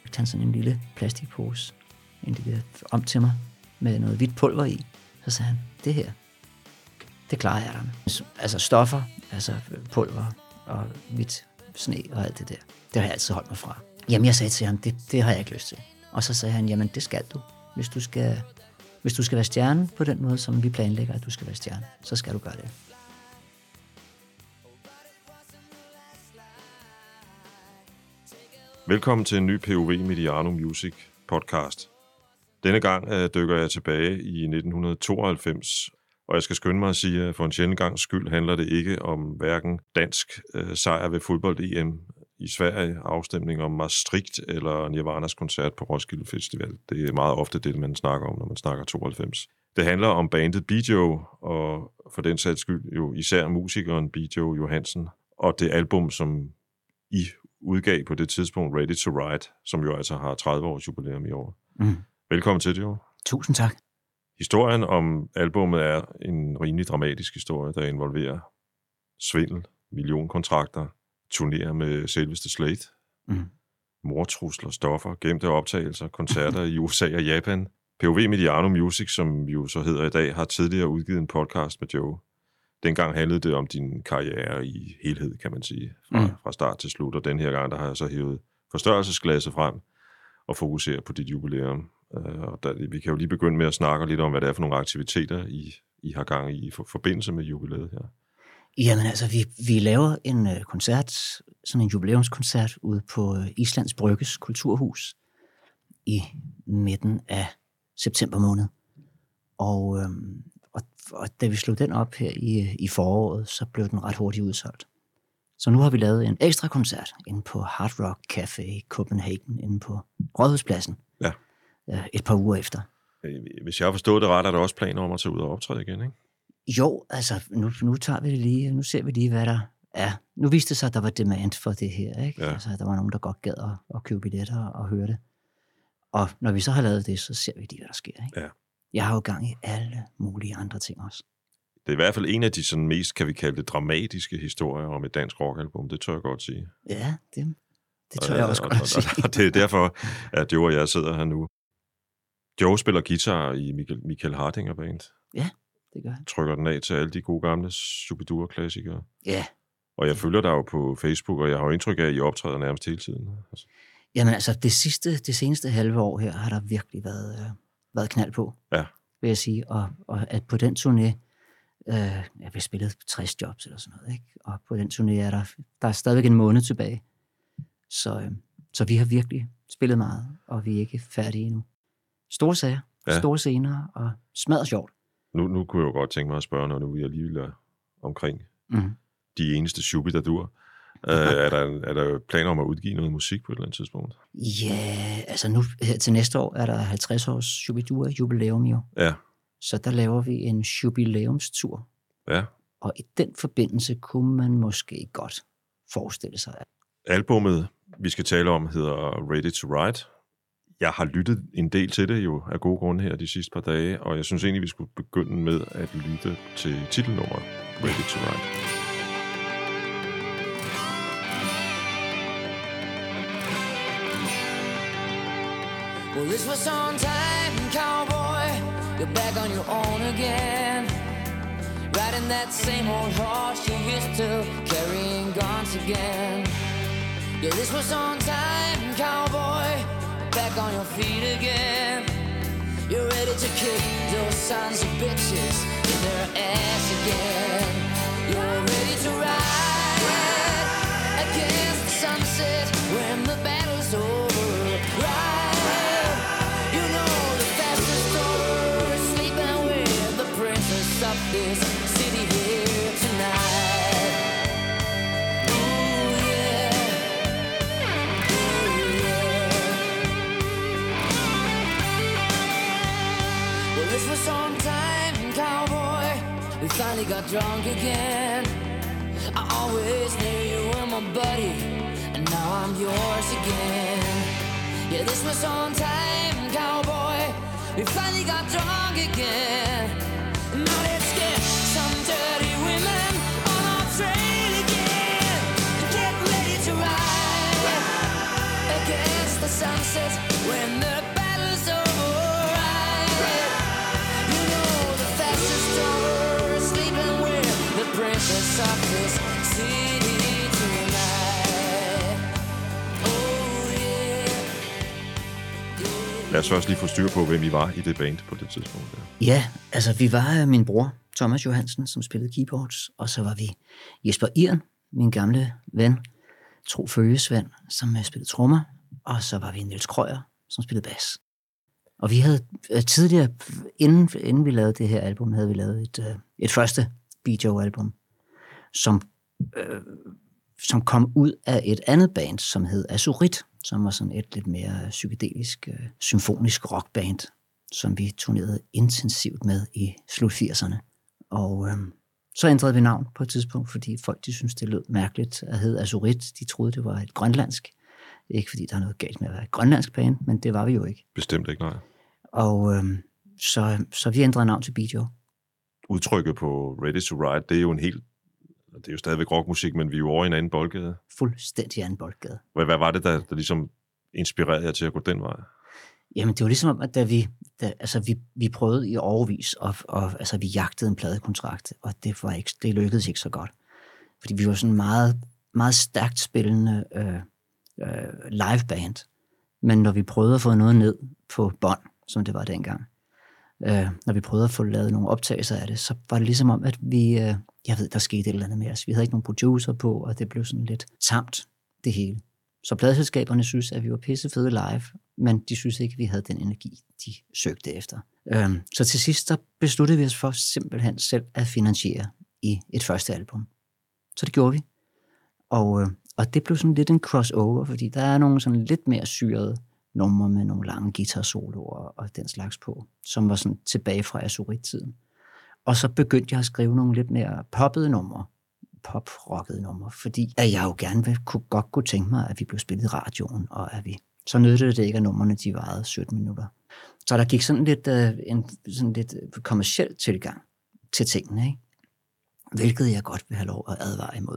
fik han sådan en lille plastikpose om til mig med noget hvidt pulver i. Så sagde han, det her, det klarer jeg dig med. Altså stoffer, altså pulver og hvidt sne og alt det der. Det har jeg altid holdt mig fra. Jamen jeg sagde til ham, det har jeg ikke lyst til. Og så sagde han, jamen det skal du. Hvis du skal være stjerne på den måde, som vi planlægger, at du skal være stjerne, så skal du gøre det. Velkommen til en ny POV Mediano Music podcast. Denne gang dykker jeg tilbage i 1992, og jeg skal skynde mig at sige, at for en sjælden gangs skyld handler det ikke om hverken dansk sejr ved fodbold-EM i Sverige, afstemning om Maastricht eller Nirvanas koncert på Roskilde Festival. Det er meget ofte det, man snakker om, når man snakker 92. Det handler om bandet Bijo, og for den sags skyld jo især musikeren Bijo Johansen, og det album, som I udgav på det tidspunkt, Ready to Ride, som jo altså har 30 års jubilæum i år. Velkommen til det, jo. Tusind tak. Historien om albummet er en rimelig dramatisk historie, der involverer svindel, millionkontrakter, turnéer med selveste Slate, mordtrusler, stoffer, gemte optagelser, koncerter i USA og Japan. POV Mediano Music, som jo så hedder i dag, har tidligere udgivet en podcast med Joe. Dengang handlede det om din karriere i helhed, kan man sige, fra start til slut, og den her gang, der har jeg så hævet forstørrelsesglasset frem og fokuseret på dit jubilæum. Vi kan jo lige begynde med at snakke lidt om, hvad det er for nogle aktiviteter, I har gang i forbindelse med jubilæet her. Jamen altså, vi laver en koncert, sådan en jubilæumskoncert ude på Islands Brygges Kulturhus i midten af september måned. Og da vi slog den op her i foråret, så blev den ret hurtigt udsolgt. Så nu har vi lavet en ekstra koncert inde på Hard Rock Café i Copenhagen, inde på Rådhuspladsen, et par uger efter. Hvis jeg har forstået det ret, er der også planer om at tage ud og optræde igen, ikke? Jo, altså nu tager vi det lige, nu ser vi lige, hvad der er. Nu viste det sig, at der var demand for det her, ikke? Ja. Altså, der var nogen, der godt gad at købe billetter og høre det. Og når vi så har lavet det, så ser vi lige, hvad der sker, ikke? Ja. Jeg har jo gang i alle mulige andre ting også. Det er i hvert fald en af de sådan mest, kan vi kalde det, dramatiske historier om et dansk rockalbum. Det tør jeg godt sige. Ja, det tør jeg også godt sige. Og det er derfor, at Joe og jeg sidder her nu. Joe spiller guitar i Michael Hardinger Band. Ja, det gør han. Trykker den af til alle de gode gamle Shubidua-klassikere. Ja. Og jeg følger dig jo på Facebook, og jeg har jo indtryk af, at I optræder nærmest hele tiden. Altså. Jamen altså, det seneste halve år her, har der virkelig været knald på, vil jeg sige. Og at på den turné, jeg vil spille 60 jobs eller sådan noget, ikke? Og på den turné er der stadigvæk en måned tilbage. Så vi har virkelig spillet meget, og vi er ikke færdige endnu. Store sager, store scener, og smadret sjovt. Nu kunne jeg jo godt tænke mig at spørge, når nu vi alligevel er omkring de eneste Shubi, der dur. Er der planer om at udgive noget musik på et eller andet tidspunkt? Ja, altså nu her til næste år er der 50 års Shubidua jubilæum jo. Ja. Så der laver vi en jubilæumstur. Ja. Og i den forbindelse kunne man måske godt forestille sig. Albummet, vi skal tale om, hedder Ready to Ride. Jeg har lyttet en del til det jo af gode grunde her de sidste par dage, og jeg synes egentlig, vi skulle begynde med at lytte til titelnummeret Ready to Ride. Well, this was on time, cowboy. You're back on your own again. Riding that same old horse you used to, carrying guns again. Yeah, this was on time, cowboy. Back on your feet again. You're ready to kick those sons of bitches in their ass again. You're ready to ride against the sunset when the battle's over. Ride, you know the fastest over, sleeping with the princess of this city here tonight. Ooh yeah, ooh yeah. Well, this was on time, cowboy. We finally got drunk again. I always knew you were my buddy, and now I'm yours again. Yeah, this was on time, cowboy. We finally got drunk again. Now let's get some dirty women on our train again. Get ready to ride against the sunset surface of this city tonight. Oh yeah. Lad os først lige få styr på, hvem I var i det band på det tidspunkt. Der. Ja, altså vi var min bror, Thomas Johansen, som spillede keyboards, og så var vi Jesper Irn, min gamle ven, Tro Følgesvend, som spillede trommer, og så var vi Niels Krøyer, som spillede bas. Og vi havde tidligere, inden vi lavede det her album, havde vi lavet et første Beat Joe-album, som kom ud af et andet band, som hed Azurit, som var sådan et lidt mere psykedelisk, symfonisk rockband, som vi turnerede intensivt med i slut 80'erne. Og så ændrede vi navn på et tidspunkt, fordi folk de syntes, det lød mærkeligt at hedde Azurit. De troede, det var et grønlandsk. Ikke fordi der er noget galt med at være et grønlandsk band, men det var vi jo ikke. Bestemt ikke, nej. Og så vi ændrede navn til Beat Joe. Udtrykket på Ready to Ride, det er jo det er jo stadigvæk rockmusik, men vi er jo over i en anden boldgade. Fuldstændig anden boldgade. Hvad var det, der ligesom inspirerede jer til at gå den vej? Jamen, det var ligesom om, at vi prøvede i årevis, og altså, vi jagtede en pladekontrakt, og det lykkedes ikke så godt. Fordi vi var sådan meget, meget stærkt spillende liveband. Men når vi prøvede at få noget ned på bånd, som det var dengang, når vi prøvede at få lavet nogle optagelser af det, så var det ligesom om, at der skete et eller andet med os. Vi havde ikke nogen producer på, og det blev sådan lidt tamt, det hele. Så pladeselskaberne synes, at vi var pissefede live, men de synes ikke, at vi havde den energi, de søgte efter. Så til sidst, så besluttede vi os for simpelthen selv at finansiere i et første album. Så det gjorde vi. Og det blev sådan lidt en crossover, fordi der er nogle sådan lidt mere syrede numre med nogle lange guitarsoloer og den slags på, som var sådan tilbage fra Azurit-tiden. Og så begyndte jeg at skrive nogle lidt mere poppede numre, pop-rockede numre, fordi at jeg jo gerne godt kunne tænke mig, at vi blev spillet i radioen, og at så nødte det ikke, at numrene de varede 17 minutter. Så der gik sådan lidt en lidt kommerciel tilgang til tingene, ikke? Hvilket jeg godt vil have lov at advare imod.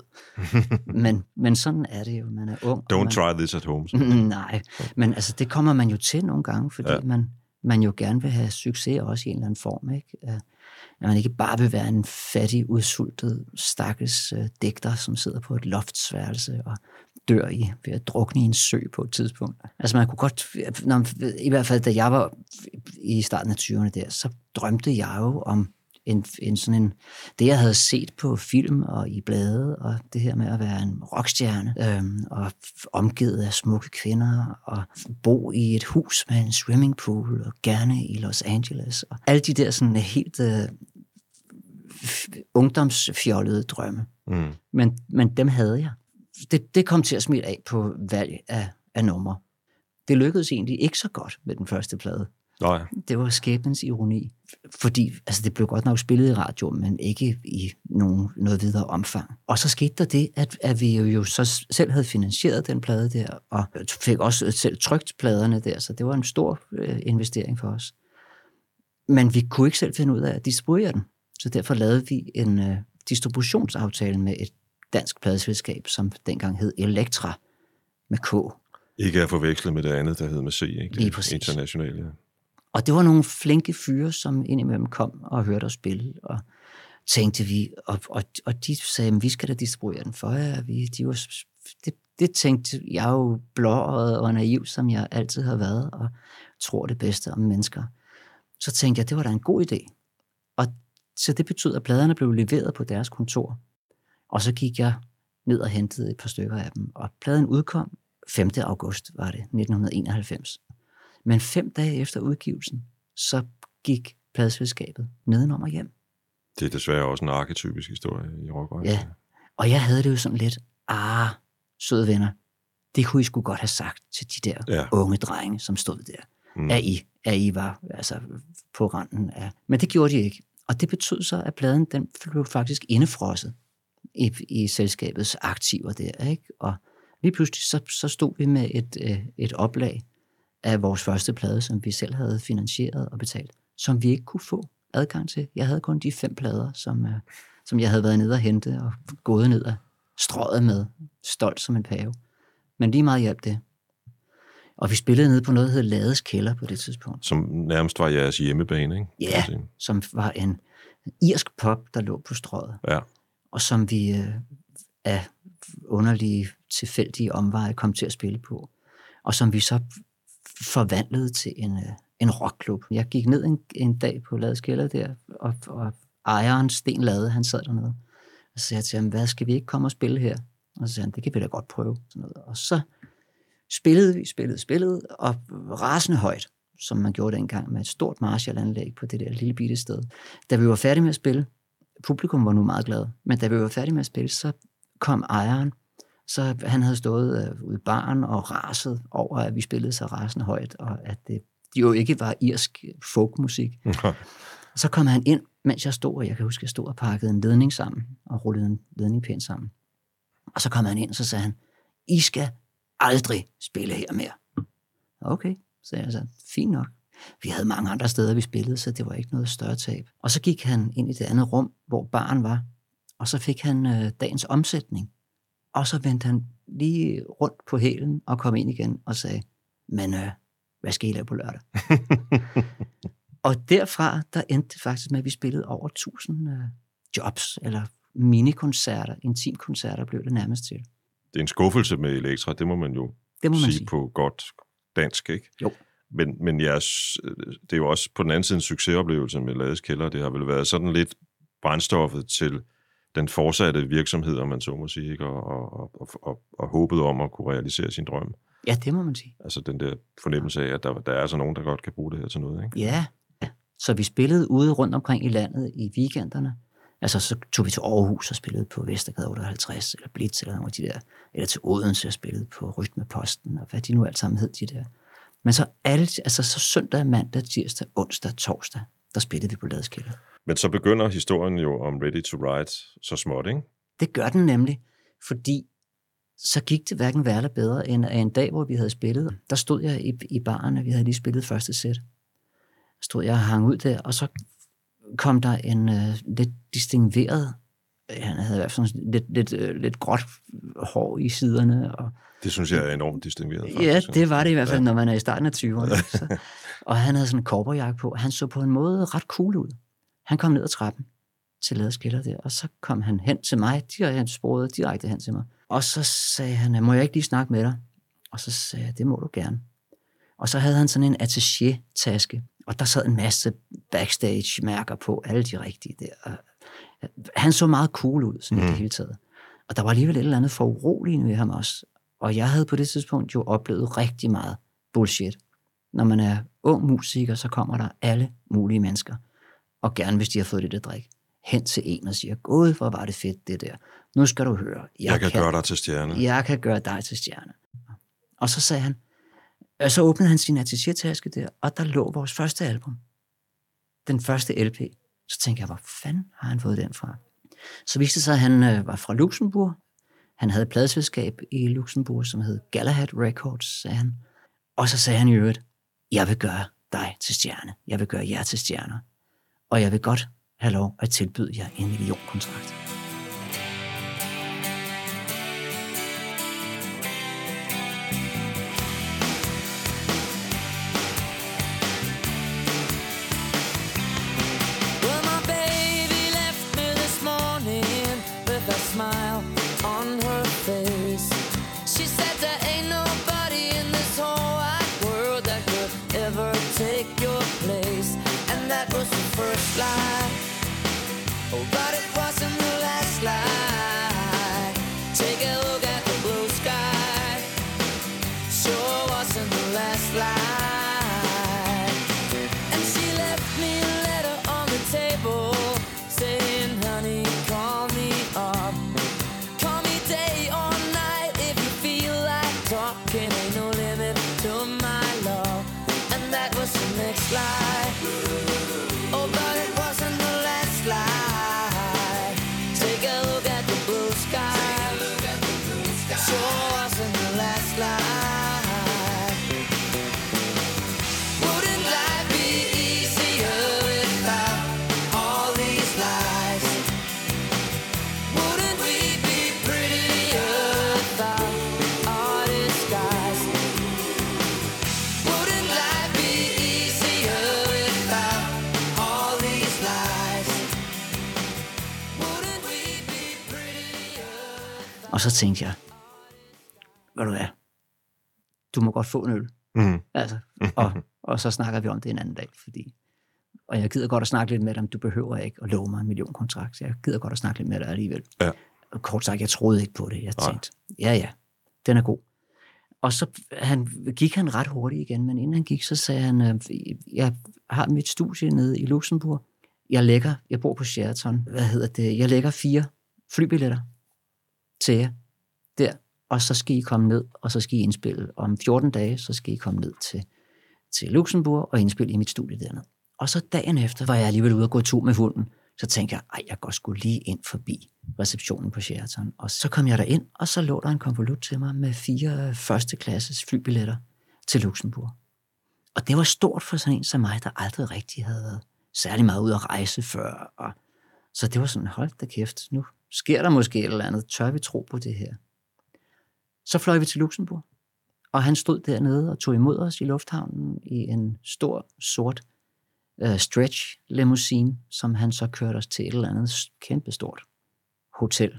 men sådan er det jo, man er ung. Don't try this at home. Nej, men altså det kommer man jo til nogle gange, fordi man jo gerne vil have succes også i en eller anden form, ikke? At man ikke bare vil være en fattig, udsultet, stakkels digter, som sidder på et loftsværelse og dør ved at drukne i en sø på et tidspunkt. Altså man kunne godt, i hvert fald da jeg var i starten af 20'erne der, så drømte jeg jo om det jeg havde set på film og i blade, og det her med at være en rockstjerne, og omgivet af smukke kvinder, og bo i et hus med en swimmingpool, og gerne i Los Angeles, og alle de der sådan helt ungdomsfjollede drømme. Men dem havde jeg. Det kom til at smide af på valg af numre. Det lykkedes egentlig ikke så godt med den første plade. Nej. Det var skæbnens ironi, fordi altså, det blev godt nok spillet i radio, men ikke i noget videre omfang. Og så skete der det, at vi jo så selv havde finansieret den plade der, og fik også selv trykt pladerne der, så det var en stor investering for os. Men vi kunne ikke selv finde ud af at distribuere den, så derfor lavede vi en distributionsaftale med et dansk pladeselskab, som dengang hed Elektra med K. Ikke at forveksle med det andet, der hed med C, ikke? Lige præcis. Internationalt, ja. Og det var nogle flinke fyre, som indimellem kom og hørte os spille, og tænkte vi, og de sagde, at vi skal da distribuere den for jer. Det tænkte jeg jo blåøjet og naiv, som jeg altid har været, og tror det bedste om mennesker. Så tænkte jeg, det var da en god idé. Og så det betød, at pladerne blev leveret på deres kontor. Og så gik jeg ned og hentede et par stykker af dem, og pladen udkom 5. august, var det, 1991. Men 5 dage efter udgivelsen, så gik pladeselskabet nedenom og hjem. Det er desværre også en arketypisk historie i rockbranchen. Ja, og jeg havde det jo sådan lidt, søde venner, det kunne I sgu godt have sagt til de der unge drenge, som stod der, at I var altså på randen af. Men det gjorde de ikke. Og det betød så, at pladen den blev faktisk indefrosset i selskabets aktiver der, ikke? Og lige pludselig så stod vi med et oplag af vores første plade, som vi selv havde finansieret og betalt, som vi ikke kunne få adgang til. Jeg havde kun de 5 plader, som jeg havde været nede og hente og gået ned og strøget med, stolt som en pave. Men lige meget hjalp det. Og vi spillede nede på noget, der hed Lades Kælder på det tidspunkt. Som nærmest var jeres hjemmebane, ikke? Ja, som var en irsk pop, der lå på strøget. Ja. og som vi af underlige, tilfældige omveje kom til at spille på, og som vi så forvandlede til en rockklub. Jeg gik ned en dag på Lades kælder der, og ejeren, Sten Lade, han sad dernede, og så sagde jeg til ham, hvad skal vi ikke komme og spille her? Og så sagde han, det kan vi da godt prøve. Sådan noget. Og så spillede, og rasende højt, som man gjorde dengang med et stort Marshall-anlæg på det der lille bitte sted. Da vi var færdige med at spille, publikum var nu meget glad, men da vi var færdige med at spille, så kom ejeren, så han havde stået ude i baren og raset over, at vi spillede så rasende højt, og at det jo ikke var irsk folkmusik. Så kom han ind, mens jeg stod, og jeg kan huske, at jeg stod og pakkede en ledning sammen, og rullede en ledning pænt sammen. Og så kom han ind, og så sagde han, I skal aldrig spille her mere. Okay, sagde jeg så, fint nok. Vi havde mange andre steder, vi spillede, så det var ikke noget større tab. Og så gik han ind i det andet rum, hvor baren var, og så fik han dagens omsætning. Og så vendte han lige rundt på hælen og kom ind igen og sagde, men hvad skal I lave på lørdag? Og derfra, der endte det faktisk med, at vi spillede over 1000 jobs, eller minikoncerter, intimkoncerter blev det nærmest til. Det er en skuffelse med Elektra, det må man jo sige på godt dansk, ikke? Jo. Men det er jo også på den anden side en succesoplevelse med Lades kælder. Det har vel været sådan lidt brændstoffet til den fortsatte virksomhed, om man så må sige, ikke? Og håbet om at kunne realisere sin drøm. Ja, det må man sige. Altså den der fornemmelse af, at der er altså nogen, der godt kan bruge det her til noget, ikke? Ja. Så vi spillede ude rundt omkring i landet i weekenderne. Altså så tog vi til Aarhus og spillede på Vestergade 58, eller Blitz, eller nogle af de der, eller til Odense og spillede på Rytmeposten, og hvad de nu alt sammen hed, de der. Men så så søndag, mandag, tirsdag, onsdag, torsdag, der spillede vi på Lades kælder. Men så begynder historien jo om Ready to Ride så småt, ikke? Det gør den nemlig, fordi så gik det hverken værre eller bedre, end en dag, hvor vi havde spillet. Der stod jeg i baren, og vi havde lige spillet første sæt. Stod jeg og hang ud der, og så kom der en lidt distingueret, han havde i hvert fald lidt gråt hår i siderne. Og det synes jeg er enormt distingueret, faktisk. Ja, det var det i hvert fald, når man er i starten af 20'erne. Og han havde sådan en cowboyjakke på. Han så på en måde ret cool ud. Han kom ned ad trappen til Lades kælder der, og så kom han hen til mig, han sporede direkte hen til mig. Og så sagde han, må jeg ikke lige snakke med dig? Og så sagde jeg, det må du gerne. Og så havde han sådan en attaché-taske, og der sad en masse backstage-mærker på, alle de rigtige der. Han så meget cool ud, sådan i det hele taget. Og der var alligevel et eller andet foruroligende ved ham også. Og jeg havde på det tidspunkt jo oplevet rigtig meget bullshit. Når man er ung musiker, så kommer der alle mulige mennesker, og gerne hvis de har fået lidt at drikke, hen til en og siger, gud, hvor var det fedt det der. Nu skal du høre. Jeg kan gøre dig til stjerne. Jeg kan gøre dig til stjerne. Og så sagde han, og så åbnede han sin attaché-taske der, og der lå vores første album. Den første LP. Så tænkte jeg, hvor fanden har han fået den fra? Så viste det sig, at han var fra Luxembourg. Han havde et pladeselskab i Luxembourg, som hed Galahad Records, sagde han. Og så sagde han i øvrigt, jeg vil gøre dig til stjerne. Jeg vil gøre jer til stjerner. Og jeg vil godt have lov at tilbyde jer en millionkontrakt. First line, oh, but it wasn't the Og så tænkte jeg, hvad du er, du må godt få en øl. Altså, og så snakker vi om det en anden dag, fordi... Og jeg gider godt at snakke lidt med dig, du behøver ikke at love mig en millionkontrakt. Jeg gider godt at snakke lidt med dig alligevel. Ja. Og kort sagt, jeg troede ikke på det. Jeg tænkte, ja, den er god. Og så gik han ret hurtigt igen, men inden han gik, så sagde han, jeg har mit studie nede i Luxembourg. Jeg bor på Sheraton. Jeg lægger 4 flybilletter til jer der, og så skal I komme ned, og så skal I indspille. Om 14 dage, så skal I komme ned til Luxembourg og indspille i mit studie dernede. Og så dagen efter var jeg alligevel ude og gå tur med hunden. Så tænkte jeg, går sgu lige ind forbi receptionen på Sheraton. Og så kom jeg derind, og så lå der en konvolut til mig med 4 førsteklasses flybilletter til Luxembourg. Og det var stort for sådan en som mig, der aldrig rigtig havde været særlig meget ude at rejse før. Og så det var sådan, hold da kæft, nu sker der måske et eller andet. Tør vi tro på det her? Så fløj vi til Luxembourg, og han stod dernede og tog imod os i lufthavnen i en stor, sort stretch limousine, som han så kørte os til et eller andet kæmpestort hotel.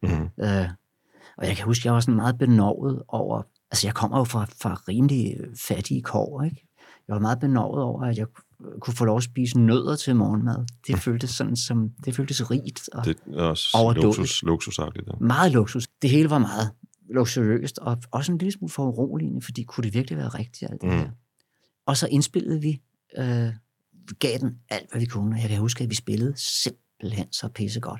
Og jeg kan huske, jeg var sådan meget benovet over, altså jeg kommer jo fra rimelig fattige kår, ikke? Jeg var meget benovet over, at jeg kunne få lov at spise nødder til morgenmad. Det føltes sådan det føltes rigt og overdådigt. Luksusagtigt. Ja. Meget luksus. Det hele var meget luksuriøst, og også en lille smule for uroligende, fordi kunne det virkelig være rigtigt, alt det her? Og så indspillede vi gav den alt, hvad vi kunne. Jeg kan huske, at vi spillede simpelthen så pissegodt.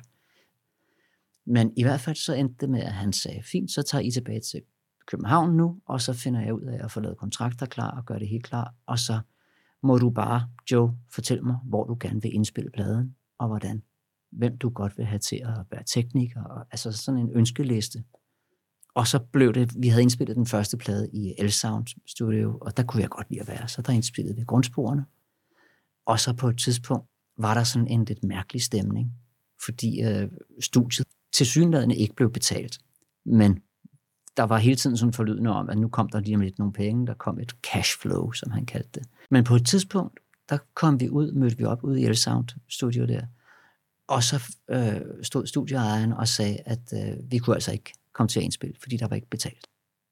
Men i hvert fald så endte det med, at han sagde, fint, så tager I tilbage til København nu, og så finder jeg ud af at få lavet kontrakter klar og gøre det helt klar, og så må du bare, Joe, fortælle mig, hvor du gerne vil indspille pladen, og hvordan, hvem du godt vil have til at være tekniker, og altså sådan en ønskeliste. Og så blev det, vi havde indspillet den første plade i L-Sound Studio, og der kunne jeg godt lide at være, så der indspillede vi grundsporene. Og så på et tidspunkt var der sådan en lidt mærkelig stemning, fordi studiet tilsyneladende ikke blev betalt. Men der var hele tiden sådan forlydende om, at nu kom der lige om lidt nogle penge, der kom et cashflow, som han kaldte det. Men på et tidspunkt, der kom vi ud, mødte vi op ude i L-Sound Studio der, og så stod studieejeren og sagde, at vi kunne altså ikke komme til at indspille, fordi der var ikke betalt.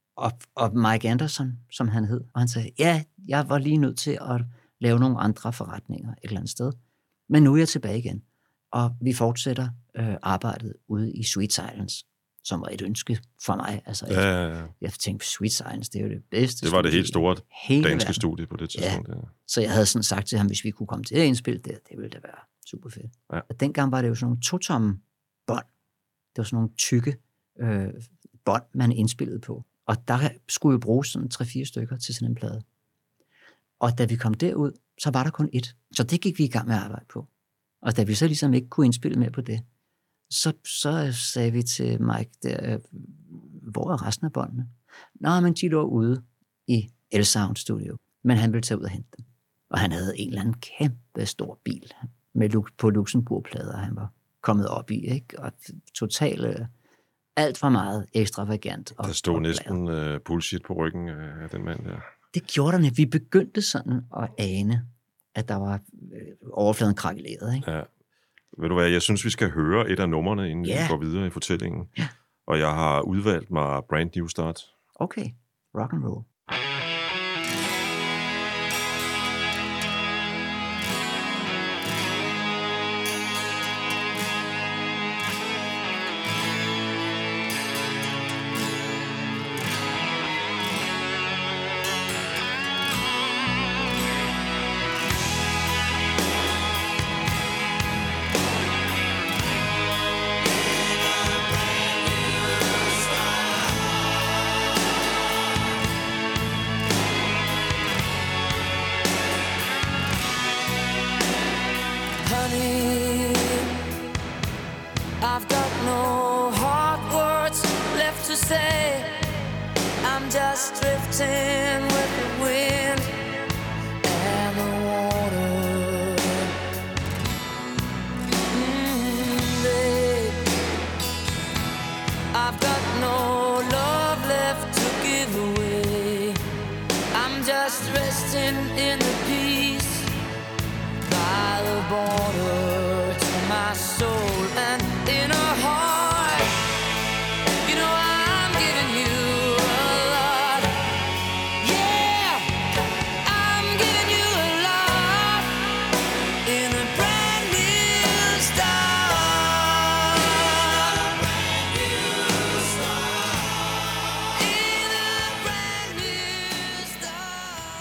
Og Mike Anderson, som han hed, og han sagde, ja, jeg var lige nødt til at lave nogle andre forretninger et eller andet sted. Men nu er jeg tilbage igen, og vi fortsætter arbejdet ude i Sweet Silence, som var et ønske for mig. Altså, jeg tænkte, Sweet Silence, det er jo det bedste. Det var det helt store danske studie på det tidspunkt. Ja. Så jeg havde sådan sagt til ham, hvis vi kunne komme til at indspille det ville det være super fedt. Ja. Og dengang var det jo sådan nogle totomme bånd. Det var sådan nogle tykke bånd, man indspillede på. Og der skulle jo bruges sådan 3-4 stykker til sådan en plade. Og da vi kom derud, så var der kun 1. Så det gik vi i gang med at arbejde på. Og da vi så ligesom ikke kunne indspille mere på det, så sagde vi til Mike der, hvor er resten af båndene? Nå, men de lå ude i L-Sound Studio. Men han ville tage ud og hente dem. Og han havde en eller anden kæmpe stor bil på Luxembourg-plader, han var kommet op i, ikke? Og totalt alt var meget ekstravagant. Der stod næsten bullshit på ryggen af den mand der. Det gjorde der. Vi begyndte sådan at ane, at der var overfladen krakeleret, ikke? Ja. Ved du hvad, jeg synes, vi skal høre et af numrene, inden vi går videre i fortællingen. Ja. Og jeg har udvalgt mig Brand New Start. Okay, rock and roll. I've got no hard words left to say. I'm just drifting with the wind and the water. Babe, I've got no love left to give away. I'm just resting in the peace by the border to my soul and in a heart. You know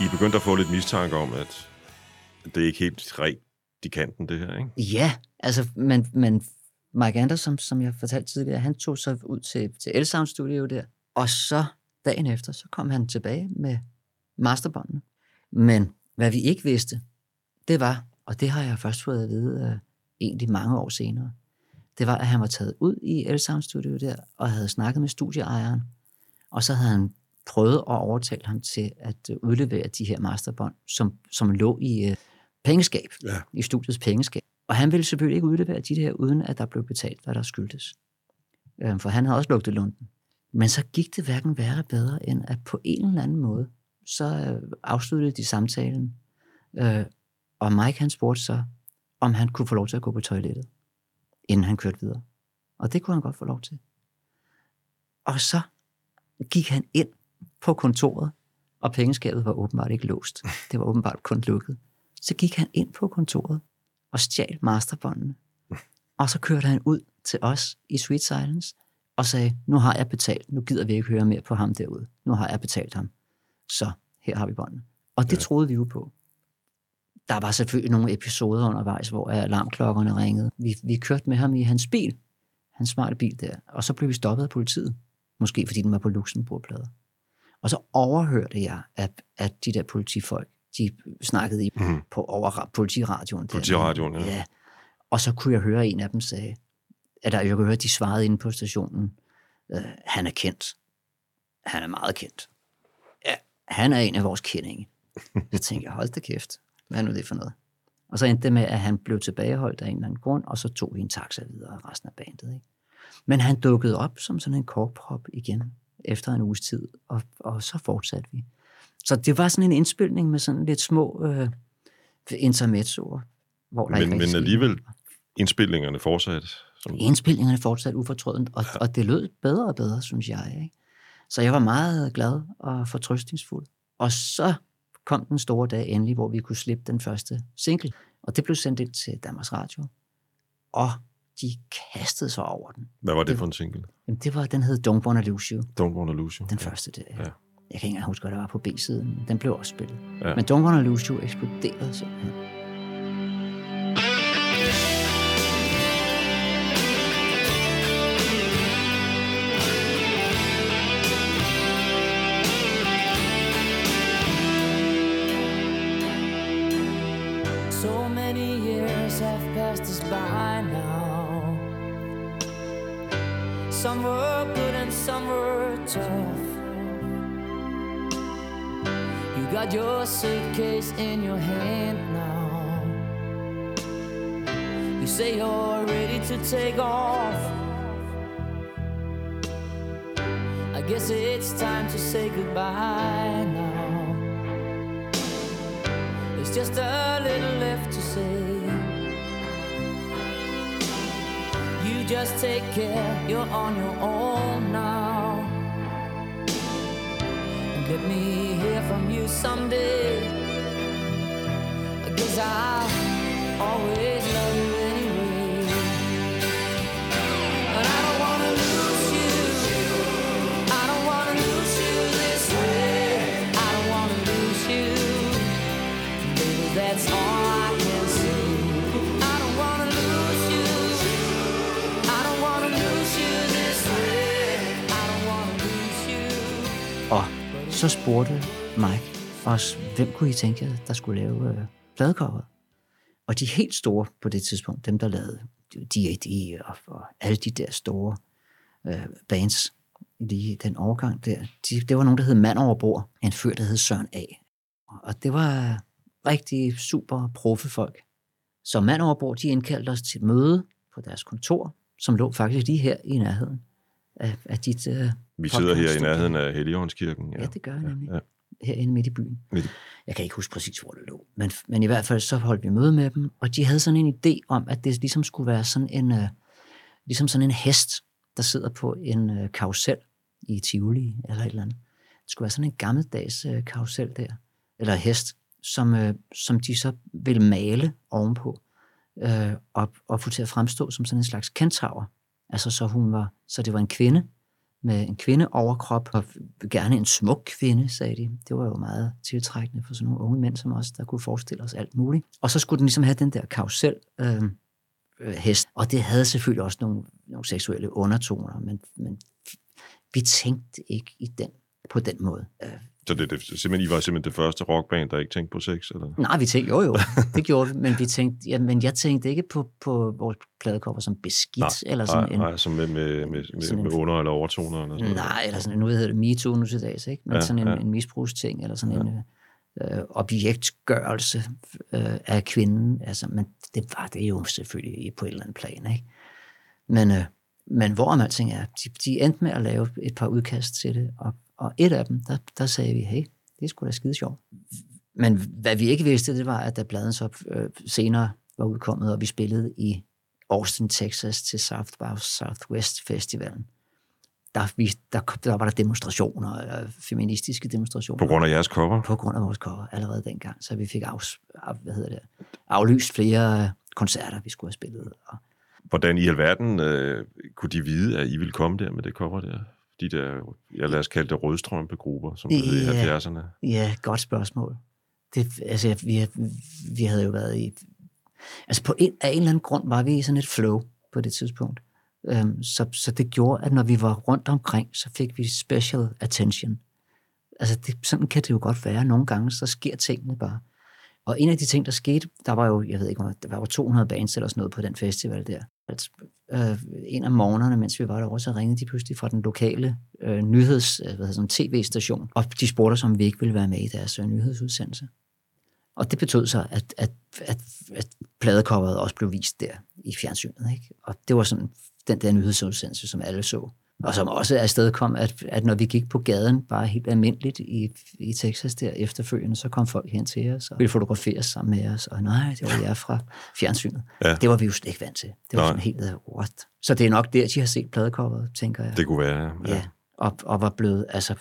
I begyndte at få lidt mistanke om, at det er ikke helt rent i kanten, det her, ikke? Ja, altså, men Mike Anderson, som jeg fortalte tidligere, han tog så ud til L-Sound Studio der, og så dagen efter, så kom han tilbage med masterbåndene. Men hvad vi ikke vidste, det var, og det har jeg først fået at vide egentlig mange år senere, det var, at han var taget ud i L-Sound Studio der, og havde snakket med studieejeren, og så havde han prøvet at overtale ham til at udlevere de her masterbånd, som lå i pengeskab, i studiets pengeskab. Og han ville selvfølgelig ikke udlevere de her, uden at der blev betalt, hvad der skyldtes. For han havde også lugtet lunden. Men så gik det hverken værre eller bedre, end at på en eller anden måde, så afsluttede de samtalen, og Mike han spurgte så, om han kunne få lov til at gå på toilettet, inden han kørte videre. Og det kunne han godt få lov til. Og så gik han ind på kontoret, og pengeskabet var åbenbart ikke låst. Det var åbenbart kun lukket. Så gik han ind på kontoret og stjal masterbåndene. Og så kørte han ud til os i Sweet Silence og sagde, nu har jeg betalt, nu gider vi ikke høre mere på ham derude. Nu har jeg betalt ham. Så her har vi båndene. Og det troede vi jo på. Der var selvfølgelig nogle episoder undervejs, hvor alarmklokkerne ringede. Vi kørte med ham i hans bil, hans smarte bil der, og så blev vi stoppet af politiet. Måske fordi den var på Luxembourg-plader. Og så overhørte jeg, at de der politifolk, de snakkede over politiradioen. Politiradioen, ja. Og så kunne jeg høre, en af dem sagde, jeg kunne høre, de svarede inde på stationen, han er kendt. Han er meget kendt. Ja, han er en af vores kendinge. Så tænkte jeg, hold da kæft. Hvad er nu det for noget? Og så endte det med, at han blev tilbageholdt af en eller anden grund, og så tog vi en taxa videre resten af bandet. Ikke? Men han dukkede op som sådan en korkprop igen, efter en uges tid, og så fortsatte vi. Så det var sådan en indspilning med sådan lidt små intermezzoer. Men alligevel, indspilningerne fortsatte? Indspilningerne fortsatte ufortrødent, og det lød bedre og bedre, synes jeg. Ikke? Så jeg var meget glad og fortrøstningsfuld. Og så kom den store dag endelig, hvor vi kunne slippe den første single. Og det blev sendt ind til Danmarks Radio. Og de kastede sig over den. Hvad var det for en single? Jamen, den hed Don't Wanna Lose You. Don't Wanna Lose You. Den første der. Ja. Jeg kan ikke engang huske, hvad der var på B-siden, men den blev også spillet. Ja. Men Don't Wanna Lose You eksploderede simpelthen. So many years have passed us by now. Some were good and some were tough. You got your suitcase in your hand now. You say you're ready to take off. I guess it's time to say goodbye now. There's just a little left to say. You just take care, you're on your own now. And let me hear from you someday. I guess I'll always love you anyway. And I don't wanna lose you. I don't wanna lose you this way. I don't wanna lose you. Baby, that's all I can say. I don't wanna lose you. I don't wanna lose you this way. I don't wanna lose you. Og så spurgte Mike os, hvem kunne I tænke jer, der skulle lave pladecoveret? Og de helt store på det tidspunkt, dem der lavede D.A.D. og alle de der store bands, lige den overgang der, det var nogen, der hed Mand over bord, en fyr, der hed Søren A. Og det var rigtig super proffefolk. Så Mand over bord, de indkaldte os til et møde på deres kontor, som lå faktisk lige her i nærheden af dit Vi sidder her i nærheden af Helligåndskirken. Ja, det gør jeg nemlig. Ja. Herinde midt i byen. Jeg kan ikke huske præcis, hvor det lå. Men i hvert fald så holdt vi møde med dem, og de havde sådan en idé om, at det ligesom skulle være sådan en hest, der sidder på en karusel i Tivoli eller et eller andet. Det skulle være sådan en gammeldags karusel der, eller hest, som de så ville male ovenpå, og få til at fremstå som sådan en slags kentaur. Altså så det var en kvinde, med en kvindeoverkrop, og gerne en smuk kvinde, sagde de. Det var jo meget tiltrækkende for sådan nogle unge mænd som os, der kunne forestille os alt muligt. Og så skulle den ligesom have den der karusel hest, og det havde selvfølgelig også nogle seksuelle undertoner, men vi tænkte ikke på den måde. Så I var simpelthen det første rockband, der ikke tænkte på sex, eller? Nej, vi tænkte jo, det gjorde vi, men jeg tænkte ikke på vores pladekopper som beskidt, eller sådan nej, som med under- eller overtoner, eller sådan. Nej, eller sådan, nu hedder det MeToo nu til dags, ikke? Men sådan en misbrugsting, eller sådan en objektgørelse af kvinden, altså, men det var det jo selvfølgelig på et eller andet plan, ikke? Men hvorom alting er, de endte med at lave et par udkast til det, og et af dem, der sagde vi, hey, det er sgu da skide sjovt. Men hvad vi ikke vidste, det var, at da pladen så senere var udkommet, og vi spillede i Austin, Texas til South by Southwest Festivalen, der var der demonstrationer, feministiske demonstrationer. På grund af jeres cover? På grund af vores cover, allerede dengang. Så vi fik aflyst flere koncerter, vi skulle have spillet. Hvordan i alverden kunne de vide, at I ville komme der med det cover der? De der, lad os kalde det rødstrømpegrupper, som det hed i 70'erne. Ja, godt spørgsmål. Vi havde jo været i... Altså af en eller anden grund var vi i sådan et flow på det tidspunkt. Så det gjorde, at når vi var rundt omkring, så fik vi special attention. Altså sådan kan det jo godt være. Nogle gange, så sker tingene bare. Og en af de ting, der skete, der var jo, jeg ved ikke, der var 200 bands eller sådan noget på den festival der. En af morgenerne, mens vi var derovre, så ringede de pludselig fra den lokale tv-station, og de spurgte os, om vi ikke ville være med i deres nyhedsudsendelse. Og det betød så, at pladecoveret også blev vist der i fjernsynet, ikke? Og det var sådan den der nyhedsudsendelse, som alle så. Og som også afstedkom, at når vi gik på gaden, bare helt almindeligt i Texas der efterfølgende, så kom folk hen til os og ville fotograferes sammen med os. Og nej, det var jeg fra fjernsynet. Ja. Det var vi jo slet ikke vant til. Det var sådan helt what. Så det er nok der, de har set pladecoveret, tænker jeg. Det kunne være, ja. Og var blevet, altså...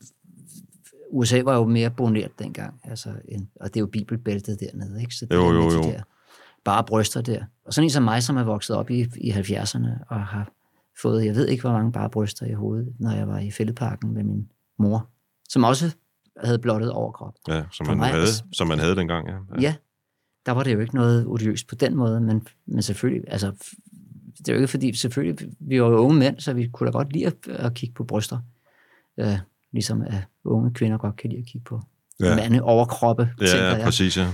USA var jo mere boneret dengang, altså, og det er jo bibelbæltet dernede, ikke? Så det jo. De der bare bryster der. Og sådan en som mig, som er vokset op i 70'erne og har fået, jeg ved ikke, hvor mange bare bryster i hovedet, når jeg var i Fælledparken med min mor, som også havde blottet overkrop. Ja, som man havde dengang, ja. Ja, der var det jo ikke noget odiøst på den måde, men selvfølgelig, altså, det er jo ikke fordi, selvfølgelig, vi var jo unge mænd, så vi kunne da godt lide at kigge på bryster. Ligesom at unge kvinder godt kan lide at kigge på mande overkroppe. Ja, præcis, ja.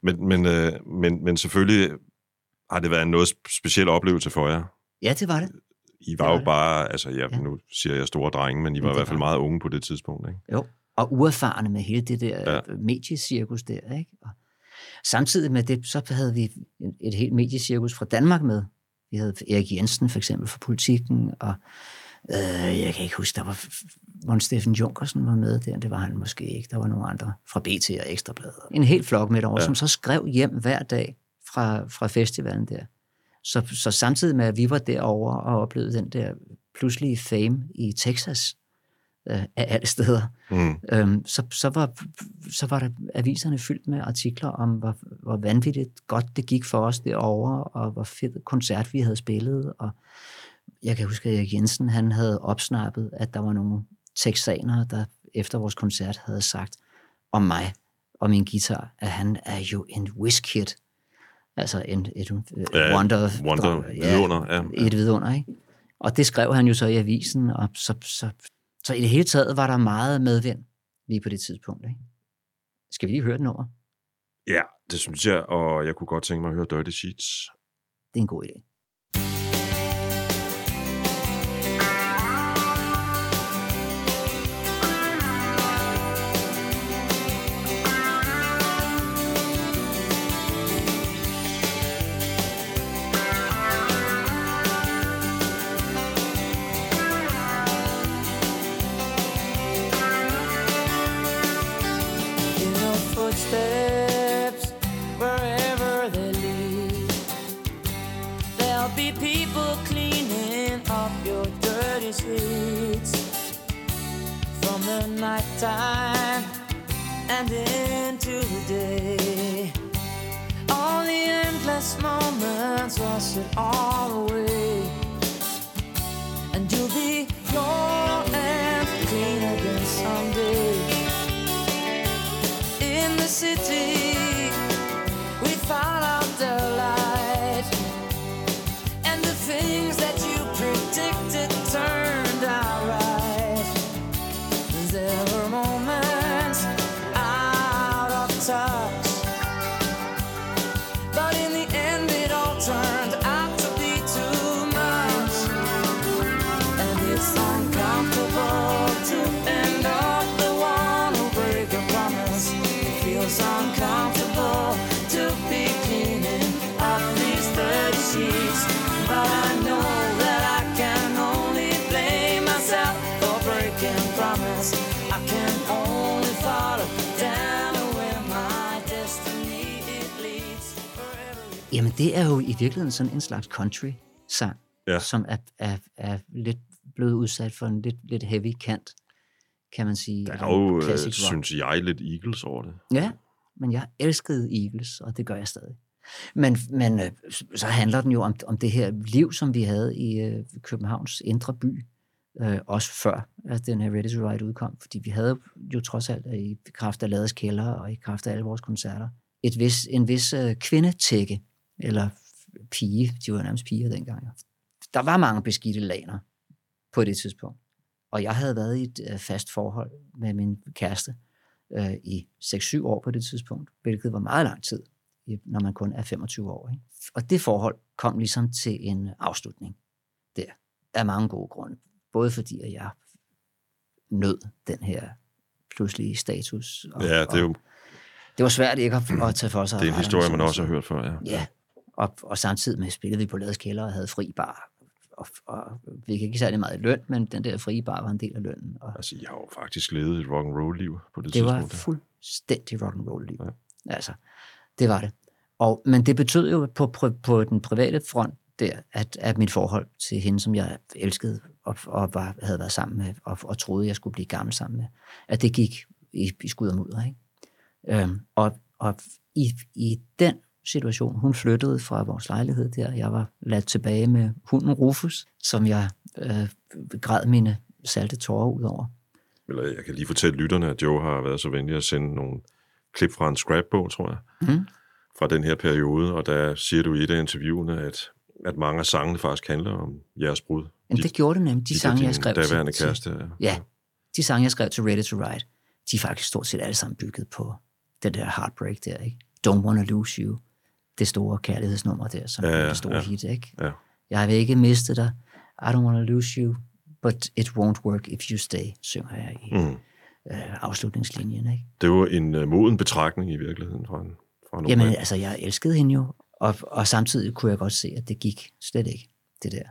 Men selvfølgelig har det været en noget speciel oplevelse for jer. Ja, det var det. I var jo bare, altså nu siger jeg store drenge, men I var i hvert fald meget unge på det tidspunkt, ikke? Jo, og uerfarne med hele det der mediecirkus der, ikke? Og samtidig med det, så havde vi et helt mediecirkus fra Danmark med. Vi havde Erik Jensen for eksempel fra Politikken, og jeg kan ikke huske, der var Måns Steffen Junkersen var med der, det var han måske ikke. Der var nogle andre fra BT og Ekstrabladet. En helt flok med derovre, som så skrev hjem hver dag fra festivalen der. Så samtidig med, at vi var derovre og oplevede den der pludselige fame i Texas, af alle steder, så var der aviserne fyldt med artikler om, hvor vanvittigt godt det gik for os derovre, og hvor fedt koncert vi havde spillet. Og jeg kan huske, at Erik Jensen, han havde opsnappet, at der var nogle texanere, der efter vores koncert havde sagt om mig og min guitar, at han er jo en whiz-kid. Altså et vidunder. Et vidunder, ikke? Og det skrev han jo så i avisen, og så i det hele taget var der meget medvind lige på det tidspunkt, ikke? Skal vi lige høre den over? Ja, det synes jeg, og jeg kunne godt tænke mig at høre Dirty Sheets. Det er en god idé. Steps wherever they lead, there'll be people cleaning up your dirty streets from the nighttime and into the day. All the endless moments wash it all away, and you'll be yours. hands out for breaking promise. I can only follow down where my destiny it leads forever. Jamen, det er jo i virkeligheden sådan en slags country-sang, Ja. som er lidt blevet udsat for en lidt heavy kant, kan man sige. Der er jo, synes jeg, lidt Eagles over det. Ja, men jeg elskede Eagles, og det gør jeg stadig. Men så handler den jo om det her liv, som vi havde i Københavns indre by, også før at den her Ready to Ride udkom, fordi vi havde jo trods alt i kraft af Lades kælder og i kraft af alle vores koncerter en vis kvindetække, eller pige, de var nærmest piger dengang. Der var mange beskidte laner på det tidspunkt, og jeg havde været i et fast forhold med min kæreste i 6-7 år på det tidspunkt, hvilket var meget lang tid, når man kun er 25 år. Ikke? Og det forhold kom ligesom til en afslutning der, af mange gode grunde. Både fordi, at jeg nød den her pludselige status. Ja, det er jo... Det var svært ikke at tage for sig. Det er en historie, man også har hørt før, ja. Ja, og samtidig med spillede vi på Lades kælder og havde fri bar. Og vi gik ikke særlig meget i løn, men den der frie bar var en del af lønnen. Og altså, jeg har jo faktisk levet et rock'n'roll-liv på det tidspunkt. tidspunkt. Det var fuldstændig rock'n'roll-liv. Ja. Altså, det var det. Men det betød jo på den private front der, at mit forhold til hende, som jeg elskede og havde været sammen med, og troede, jeg skulle blive gammel sammen med, at det gik i skud og mudder. Ikke? Og i den situation, hun flyttede fra vores lejlighed der, jeg var ladt tilbage med hunden Rufus, som jeg græd mine salte tårer ud over. Eller jeg kan lige fortælle lytterne, at Joe har været så venlig at sende nogle klip fra en scrapbog, tror jeg, fra den her periode, og der siger du i et af interviewene, at mange af sangene faktisk handler om jeres brud. Men det gjorde det nemlig. De sange, jeg skrev daværende kæreste. Ja, de sange, jeg skrev til Ready to Ride, de er faktisk stort set alle sammen bygget på den der Heartbreak der, ikke? Don't Wanna Lose You, det store kærlighedsnummer der, som er det store hit, ikke? Ja. Jeg vil ikke miste dig, I don't wanna lose you, but it won't work if you stay, synger jeg i afslutningslinjen, ikke? Det var en moden betragtning i virkeligheden fra en Jamen, altså, jeg elskede hende jo, og samtidig kunne jeg godt se, at det gik slet ikke, det der.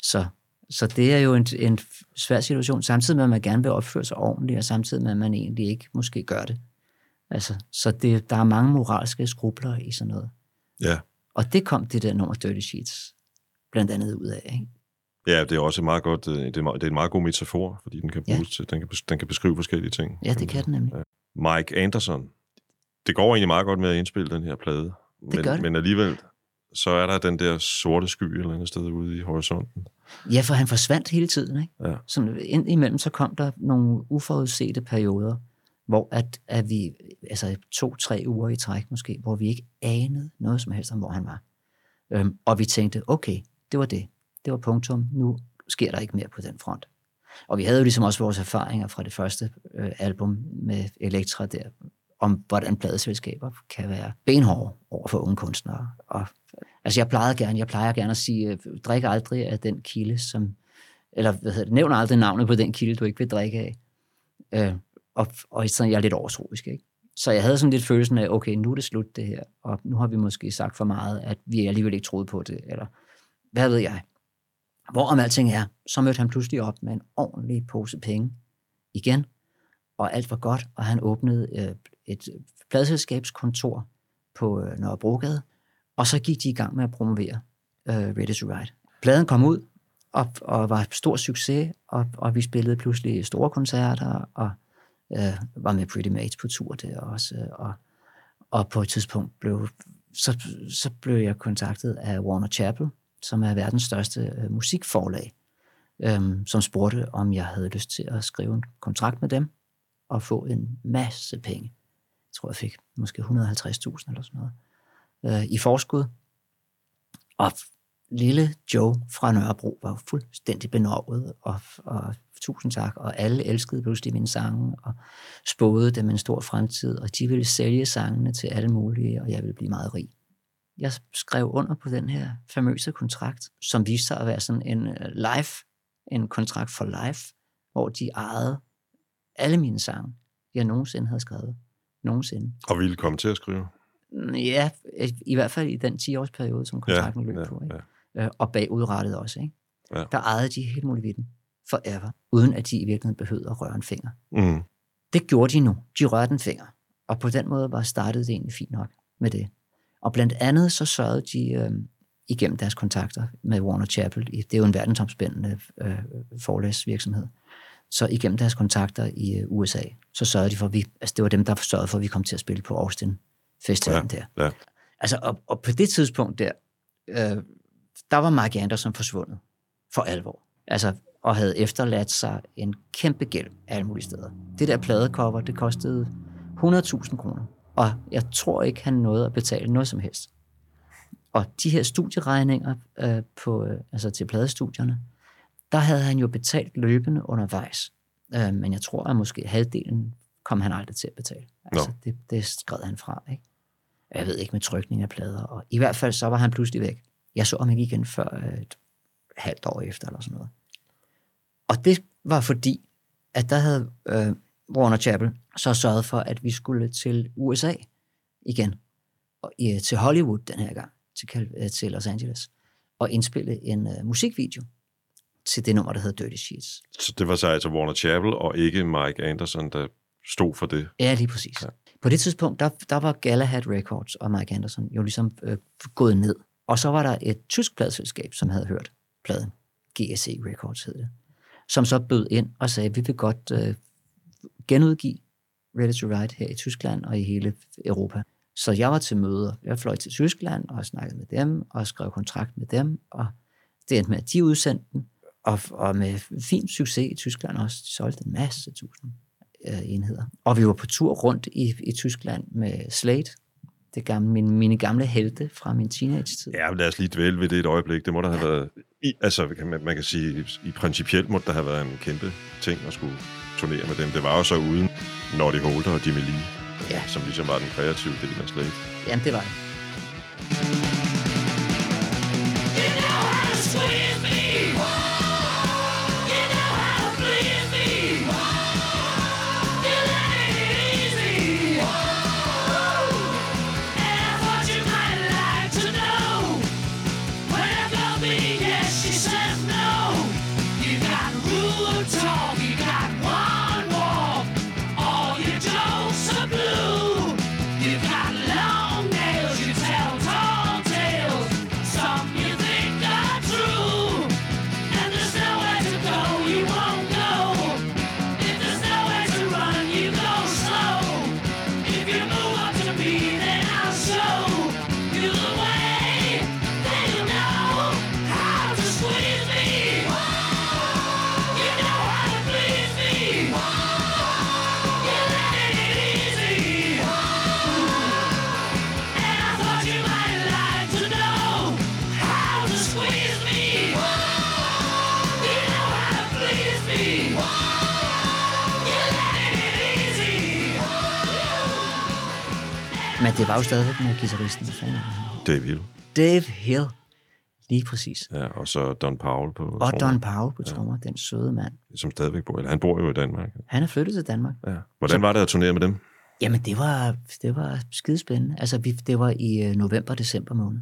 Så det er jo en svær situation, samtidig med, at man gerne vil opføre sig ordentligt, og samtidig med, at man egentlig ikke måske gør det. Altså, så der er mange moralske skrubler i sådan noget. Ja. Og det kom det der nummer Dirty Sheets blandt andet ud af, ikke? Ja, det er også meget godt, det er en meget god metafor, fordi den kan bruges til, den kan beskrive forskellige ting. Ja, det kan den nemlig. Ja. Mike Anderson, det går egentlig meget godt med at indspille den her plade. Men alligevel, så er der den der sorte sky et eller andet sted ude i horisonten. Ja, for han forsvandt hele tiden, ikke? Ja. Sådan indimellem så kom der nogle uforudsete perioder, hvor at vi, altså 2-3 uger i træk måske, hvor vi ikke anede noget som helst om, hvor han var. Og vi tænkte, okay, det var det. Det var punktum. Nu sker der ikke mere på den front. Og vi havde jo ligesom også vores erfaringer fra det første album med Elektra der, om hvordan pladeselskaber kan være benhårde over for unge kunstnere. Og, altså jeg plejer gerne at sige, drik aldrig af den kilde, nævn aldrig navnet på den kilde, du ikke vil drikke af. Og sådan, jeg er lidt overtroisk, ikke? Så jeg havde sådan lidt følelsen af, okay, nu er det slut det her, og nu har vi måske sagt for meget, at vi alligevel ikke troede på det, eller hvad ved jeg. Hvorom alting er, så mødte han pludselig op med en ordentlig pose penge igen, og alt var godt, og han åbnede et pladeselskabskontor på Nørrebrogade, og så gik de i gang med at promovere Ready to Ride. Pladen kom ud, og var et stor succes, og vi spillede pludselig store koncerter, og var med Pretty Mates på tur der også, og på et tidspunkt blev jeg kontaktet af Warner Chappell, som er verdens største musikforlag, som spurgte, om jeg havde lyst til at skrive en kontrakt med dem, og få en masse penge. Jeg tror, jeg fik måske 150.000 eller sådan noget, i forskud. Og lille Joe fra Nørrebro var fuldstændig benovet, og tusind tak, og alle elskede pludselig mine sange, og spåede dem en stor fremtid, og de ville sælge sangene til alle mulige, og jeg ville blive meget rig. Jeg skrev under på den her famøse kontrakt, som viste sig at være sådan en kontrakt for life, hvor de ejede alle mine sange, jeg nogensinde havde skrevet. Nogensinde. Og ville komme til at skrive? Ja, i hvert fald i den 10-årsperiode, som kontrakten løb på. Ikke? Ja. Og bagudrettet også. Ikke? Ja. Der ejede de helt muligheden forever. uden at de i virkeligheden behøvede at røre en finger. Mm. Det gjorde de nu. De rørte en finger. Og på den måde startede det egentlig fint nok med det. Og blandt andet så sørgede de igennem deres kontakter med Warner Chappell, det er jo en verdensomspændende forlagsvirksomhed, så igennem deres kontakter i USA, så sørgede de for, det var dem, der sørgede for, at vi kom til at spille på Austin Festivalen der. Ja. Altså, og på det tidspunkt der var Mark Anderson forsvundet for alvor. Altså, og havde efterladt sig en kæmpe gæld alle mulige steder. Det der pladecover, det kostede 100.000 kroner. Og jeg tror ikke, han nåede at betale noget som helst. Og de her studieregninger til pladestudierne, der havde han jo betalt løbende undervejs. Men jeg tror, at måske halvdelen kom han aldrig til at betale. Altså, det skred han fra, ikke? Jeg ved ikke med trykning af plader. Og i hvert fald så var han pludselig væk. Jeg så ham ikke igen før et halvt år efter, eller sådan noget. Og det var fordi, at der havde Warner Chappell så sørget for, at vi skulle til USA igen. Og, til Hollywood den her gang, til Los Angeles. Og indspille en musikvideo til det nummer, der hedder Dirty Sheets. Så det var så altså Warner Chappell og ikke Mike Anderson, der stod for det? Ja, lige præcis. Ja. På det tidspunkt, der var Galahad Records og Mike Anderson jo ligesom gået ned. Og så var der et tysk pladeselskab, som havde hørt pladen. GSE Records hed det. Som så bød ind og sagde, vi vil godt genudgive Ready to Ride her i Tyskland og i hele Europa. Så jeg var til møder. Jeg fløj til Tyskland og snakkede med dem og skrev kontrakt med dem. Og det endte med, at de udsendte den. Og med fin succes i Tyskland også. De solgte en masse tusind enheder. Og vi var på tur rundt i Tyskland med Slade. Det gamle, mine gamle helte fra min teenage-tid. Ja, lad os lige dvæle ved det et øjeblik. Det må der have været... man kan sige, i principielt må der have været en kæmpe ting at skulle turnere med dem. Det var jo så uden Noddy Holder og Jimmy Lee, som ligesom var den kreative del af Slade. Jamen, det var det. Men det var jo stadigvæk med guitaristen. Dave Hill. Dave Hill. Lige præcis. Ja, og så Don Powell på trommer. Og Don Powell på trommer, den søde mand. Som stadigvæk bor, eller han bor jo i Danmark. Han er flyttet til Danmark. Ja. Hvordan var det at turnere med dem? Jamen, det var skidespændende. Altså, det var i november-december måned.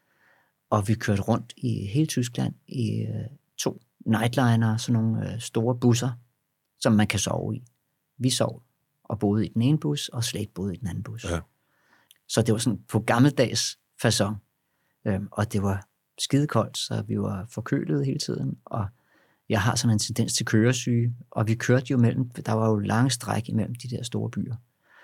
Og vi kørte rundt i hele Tyskland i 2 nightliner, sådan nogle store busser, som man kan sove i. Vi sov og boede i den ene bus, og Slade boede i den anden bus. Ja. Så det var sådan på gammeldags facon. Og det var skidekoldt, så vi var forkølede hele tiden, og jeg har sådan en tendens til køresyge, og vi kørte jo der var jo lange stræk imellem de der store byer.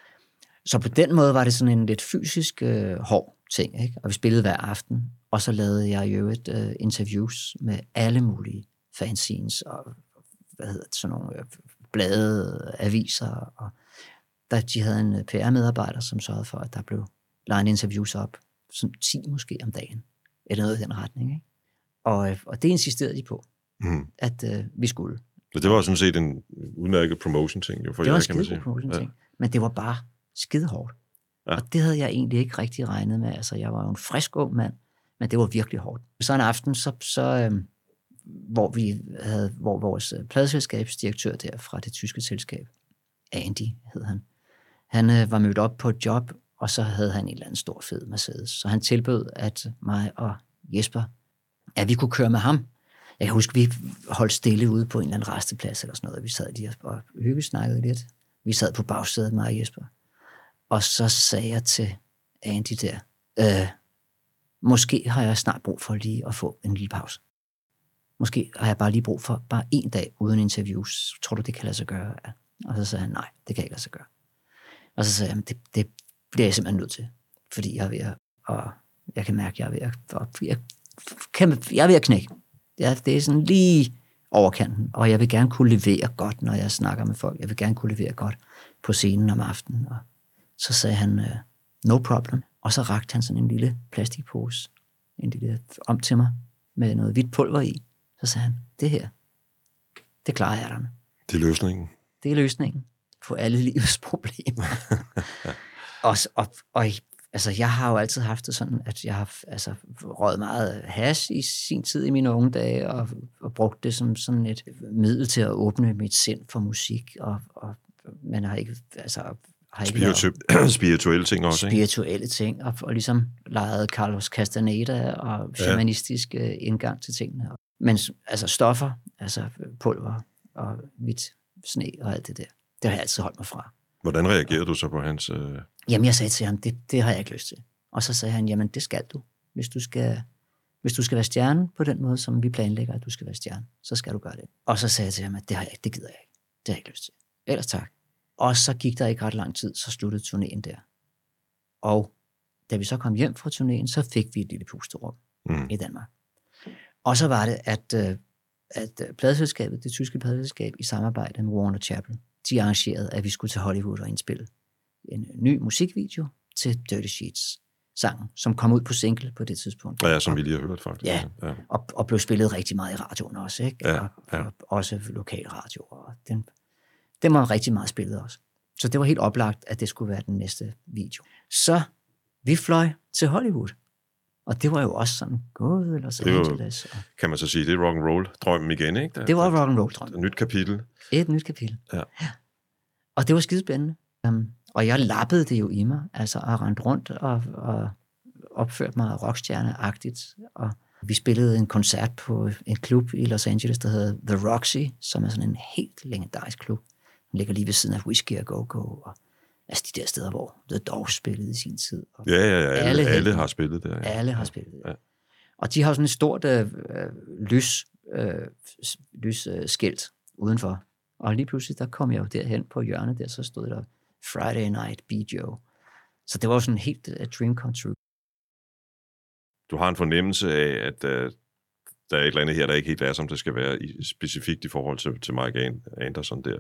Så på den måde var det sådan en lidt fysisk hård ting, ikke? Og vi spillede hver aften, og så lavede jeg jo interviews med alle mulige fanzines, og sådan nogle blade, aviser, og de havde en PR-medarbejder, som sørgede for, at der blev lavet interviews op, sådan 10 måske om dagen, eller noget i den retning, ikke? Og det insisterede de på, at vi skulle. Så det var sådan set en udmærket promotion-ting, jo, for det var jer, en skide promotion-ting, men det var bare skide hårdt. Ja. Og det havde jeg egentlig ikke rigtig regnet med. Altså, jeg var jo en frisk ung mand, men det var virkelig hårdt. Så en aften, hvor vores pladeselskabsdirektør der fra det tyske selskab, Andy hed han var mødt op på et job, og så havde han en eller anden stor fed Mercedes. Så han tilbød, at mig og Jesper, at vi kunne køre med ham Jeg kan huske, vi holdt stille ude på en eller anden resteplads eller sådan noget. Vi sad lige og hyggesnakkede lidt. Vi sad på bagsædet, mig og Jesper. Og så sagde jeg til Andy der, måske har jeg snart brug for lige at få en lille pause. Måske har jeg bare lige brug for bare en dag uden interviews. Tror du, det kan lade sig gøre? Ja. Og så sagde han, nej, det kan ikke lade sig gøre. Og så sagde jeg, det bliver jeg simpelthen nødt til. Fordi jeg er ved at, og jeg kan mærke, jeg er ved at knække. Det er sådan lige overkanten, og jeg vil gerne kunne levere godt, når jeg snakker med folk. Jeg vil gerne kunne levere godt på scenen om aftenen. Og så sagde han, no problem. Og så rakte han sådan en lille plastikpose, en lille om til mig, med noget hvidt pulver i. Så sagde han, det her, det klarer jeg dig med. Det er løsningen. Det er løsningen på alle livets problemer. og altså, jeg har jo altid haft det sådan, at jeg har røget meget hash i sin tid i mine unge dage, og brugt det som sådan et middel til at åbne mit sind for musik, men har ikke, spirituelle ting også, ikke? Spirituelle ting, og ligesom leget Carlos Castaneda og shamanistisk indgang til tingene. Men altså stoffer, altså pulver og hvidt sne og alt det der, det har jeg altid holdt mig fra. Hvordan reagerede du så på hans... Jamen, jeg sagde til ham, det har jeg ikke lyst til. Og så sagde han, jamen, det skal du. Hvis du skal være stjerne på den måde, som vi planlægger, at du skal være stjerne, så skal du gøre det. Og så sagde jeg til ham, at det gider jeg ikke. Det har jeg ikke lyst til. Ellers tak. Og så gik der ikke ret lang tid, så sluttede turnéen der. Og da vi så kom hjem fra turnéen, så fik vi et lille pusterum i Danmark. Og så var det, at pladeselskabet, det tyske pladeselskab, i samarbejde med Warner Chappell, de arrangerede, at vi skulle til Hollywood og indspille en ny musikvideo til Dirty Sheets sangen, som kom ud på single på det tidspunkt. Ja, som vi lige har hørt, faktisk. Ja. Og blev spillet rigtig meget i radioen også, ikke? Ja. Og også lokal radio, og den var rigtig meget spillet også. Så det var helt oplagt, at det skulle være den næste video. Så vi fløj til Hollywood, og det var jo også sådan gået, eller Los Angeles. Kan man så sige, det er rock'n'roll-drømmen igen, ikke? Det var rock'n'roll-drømmen. Et nyt kapitel. Et nyt kapitel. Ja. Og det var skidespændende. Og jeg lappede det jo i mig, altså og rendte rundt og opførte mig rockstjerneagtigt. Og vi spillede en koncert på en klub i Los Angeles, der hedder The Roxy, som er sådan en helt legendarisk klub. Den ligger lige ved siden af Whiskey og Go-Go, og altså de der steder, hvor The Doors spillede i sin tid. Og alle har spillet der. Ja. Alle har spillet der. Ja. Og de har jo sådan et stort lysskilt udenfor. Og lige pludselig, der kom jeg jo derhen på hjørnet der, så stod der Friday Night Bijo. Så det var jo sådan helt a dream come true. Du har en fornemmelse af, at der er et eller andet her, der ikke helt er, som det skal være, specifikt i forhold til Mike Anderson der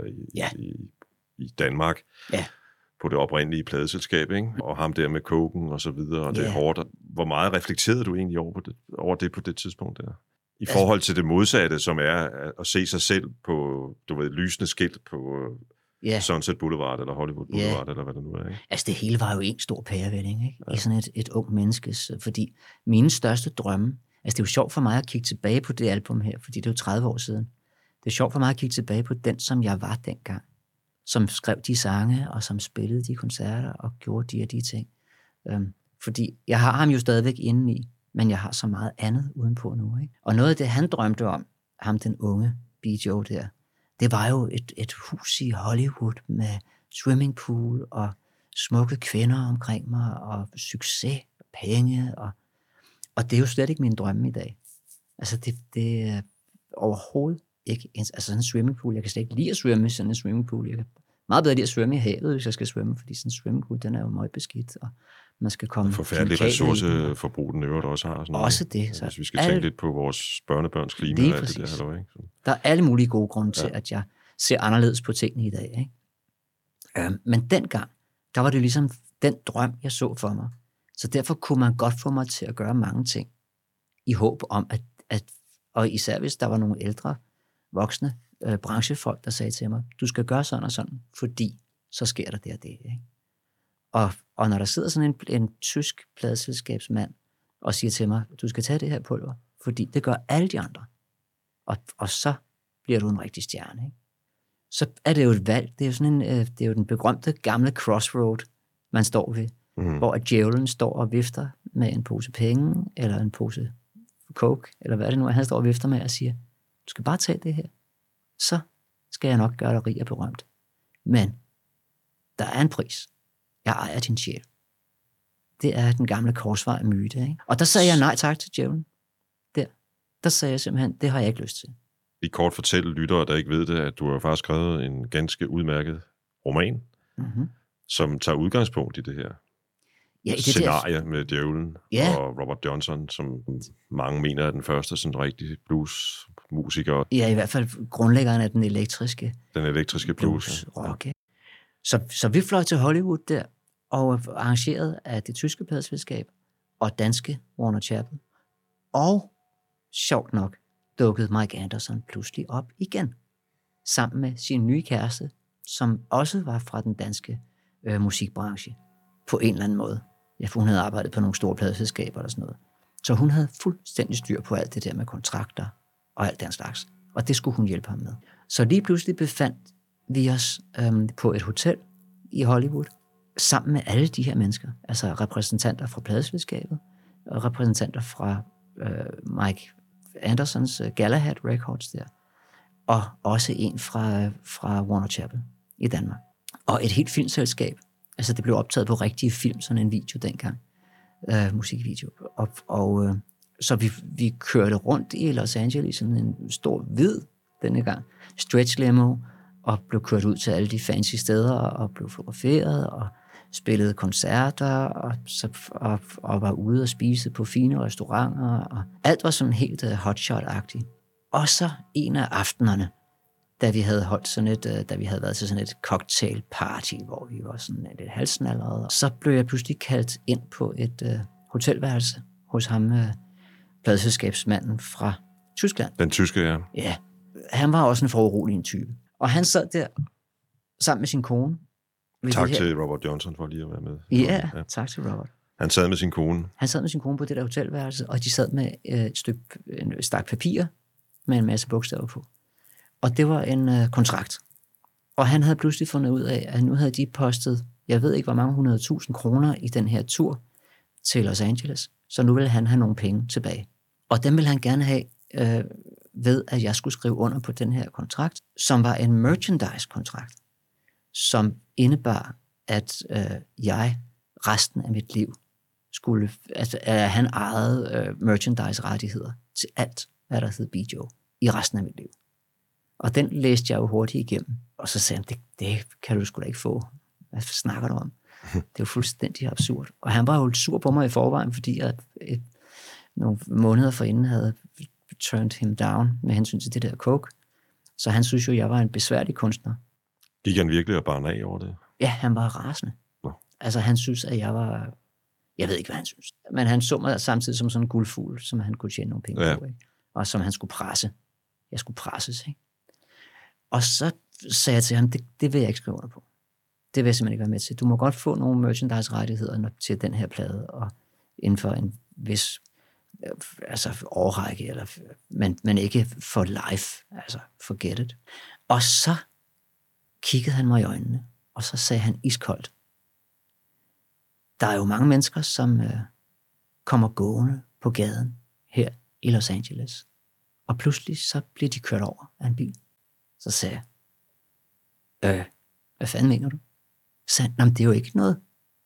i Danmark. Ja. På det oprindelige pladeselskab, ikke? Og ham der med koken og så videre, og det er hårdt. Hvor meget reflekterede du egentlig over det på det tidspunkt der? I forhold til det modsatte, som er at se sig selv på, lysende skilt på Sunset Boulevard, eller Hollywood Boulevard, eller hvad det nu er, ikke? Altså, det hele var jo en stor pærevælling, ikke? Ja. I sådan et ung menneskes, fordi mine største drømme, altså det er jo sjovt for mig at kigge tilbage på det album her, fordi det er jo 30 år siden. Det er sjovt for mig at kigge tilbage på den, som jeg var dengang, som skrev de sange, og som spillede de koncerter, og gjorde de og de ting. Fordi jeg har ham jo stadigvæk indeni, men jeg har så meget andet udenpå nu, ikke? Og noget af det, han drømte om, ham den unge Bijo der, det var jo et hus i Hollywood med swimmingpool og smukke kvinder omkring mig, og succes, og penge, og det er jo slet ikke min drømme i dag. Altså, det er overhovedet ikke, altså sådan en swimmingpool, jeg kan slet ikke lide at svømme i sådan en swimmingpool, jeg kan meget bedre lide at svømme i havet, hvis jeg skal svømme, fordi sådan en swimmingpool, den er jo meget beskidt, og man skal komme... Forfærdeligt ressourceforbrug, den øvrigt også har. Sådan også det. Så hvis vi skal tænke lidt på vores børnebørns klima og alt det der, halløj, ikke? Der er alle mulige gode grunde til, at jeg ser anderledes på tingene i dag, ikke? Men dengang, der var det ligesom den drøm, jeg så for mig. Så derfor kunne man godt få mig til at gøre mange ting, i håb om, at og især hvis der var nogle ældre, voksne branchefolk, der sagde til mig, du skal gøre sådan og sådan, fordi så sker der det og det, ikke? Og når der sidder sådan en tysk pladeselskabsmand og siger til mig, du skal tage det her pulver, fordi det gør alle de andre, og så bliver du en rigtig stjerne, ikke? Så er det jo et valg. Det er jo sådan det er jo den berømte gamle crossroad, man står ved, hvor djævlen står og vifter med en pose penge, eller en pose coke, eller hvad det nu er, han står og vifter med og siger, Du skal bare tage det her. Så skal jeg nok gøre dig rig og berømt. Men der er en pris. Jeg ejer din sjæl. Det er den gamle korsvej myte, ikke? Og der sagde jeg nej tak til djævlen. Der sagde jeg simpelthen, det har jeg ikke lyst til. I kort fortælle lyttere, der ikke ved det, at du har faktisk skrevet en ganske udmærket roman, som tager udgangspunkt i det her scenarie med djævlen og Robert Johnson, som mange mener er den første sådan rigtig bluesmusiker. Ja, i hvert fald grundlæggeren af den elektriske blues. Rock. Ja. Så vi fløj til Hollywood der, og arrangeret af det tyske pladeselskab og danske Warner Chappell. Og sjovt nok dukkede Mike Anderson pludselig op igen, sammen med sin nye kæreste, som også var fra den danske musikbranche, på en eller anden måde. Ja, for hun havde arbejdet på nogle store pladeselskaber eller sådan noget. Så hun havde fuldstændig styr på alt det der med kontrakter og alt den slags. Og det skulle hun hjælpe ham med. Så lige pludselig befandt vi os på et hotel i Hollywood, sammen med alle de her mennesker, altså repræsentanter fra pladeselskabet, og repræsentanter fra Mike Andersons Galahad Records der, og også en fra Warner Chappell i Danmark. Og et helt filmselskab. Altså det blev optaget på rigtige film, sådan en video dengang. Musikvideo. Og så vi kørte rundt i Los Angeles, sådan en stor hvid denne gang, stretch limo, og blev kørt ud til alle de fancy steder, og blev fotograferet, og spillede koncerter, og var ude og spise på fine restauranter, og alt var sådan helt hotshot-agtigt. Og så en af aftenerne, da vi havde været til sådan et cocktailparty, hvor vi var sådan lidt halsnallerede, så blev jeg pludselig kaldt ind på et hotelværelse hos ham, pladeselskabsmanden fra Tyskland. Den tyske, ja. Ja, han var også en foruroligende type. Og han sad der sammen med sin kone. Tak til Robert Johnson for lige at være med. Ja, tak til Robert. Han sad med sin kone. Han sad med sin kone på det der hotelværelse, og de sad med en stak papir med en masse bogstaver på. Og det var en kontrakt. Og han havde pludselig fundet ud af, at nu havde de postet, jeg ved ikke hvor mange 100.000 kroner i den her tur til Los Angeles, så nu ville han have nogle penge tilbage. Og dem ville han gerne have ved, at jeg skulle skrive under på den her kontrakt, som var en merchandise-kontrakt, som indebar, at jeg resten af mit liv skulle, at han ejede merchandise-rettigheder til alt, hvad der hed Bijo, i resten af mit liv. Og den læste jeg jo hurtigt igennem, og så sagde han, det kan du sgu da ikke få. Hvad snakker du om? Det er jo fuldstændig absurd. Og han var jo sur på mig i forvejen, fordi jeg nogle måneder forinden havde turned him down med hensyn til det der coke. Så han synes jo, jeg var en besværlig kunstner. Gik han virkelig og barne af over det? Ja, han var rasende. Nå. Altså han synes, at jeg var... Jeg ved ikke, hvad han synes. Men han så mig samtidig som sådan en guldfugl, som han kunne tjene nogle penge på. Ikke? Og som han skulle presse. Jeg skulle presses, ikke? Og så sagde jeg til ham, det vil jeg ikke skrive under på. Det vil jeg simpelthen ikke være med til. Du må godt få nogle merchandise-rettigheder til den her plade, og inden for en vis årrække, men ikke for life, altså forget it. Og så kiggede han mig i øjnene, og så sagde han iskoldt, der er jo mange mennesker, som kommer gående på gaden her i Los Angeles, og pludselig så bliver de kørt over af en bil. Så sagde jeg, hvad fanden mener du? Så sagde han, det er jo ikke noget.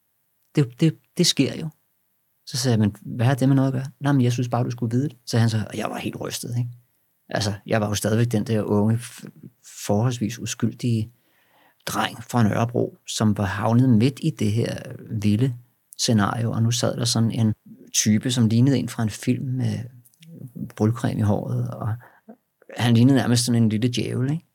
Det sker jo. Så sagde jeg, men hvad har det med noget at gøre? Men jeg synes bare, du skulle vide det. Så sagde han så, og jeg var helt rystet, ikke? Altså, jeg var jo stadigvæk den der unge, forholdsvis uskyldige dreng fra Nørrebro, som var havnet midt i det her vilde scenario, og nu sad der sådan en type, som lignede en fra en film med brylcreme i håret, og han lignede nærmest sådan en lille djævel, ikke?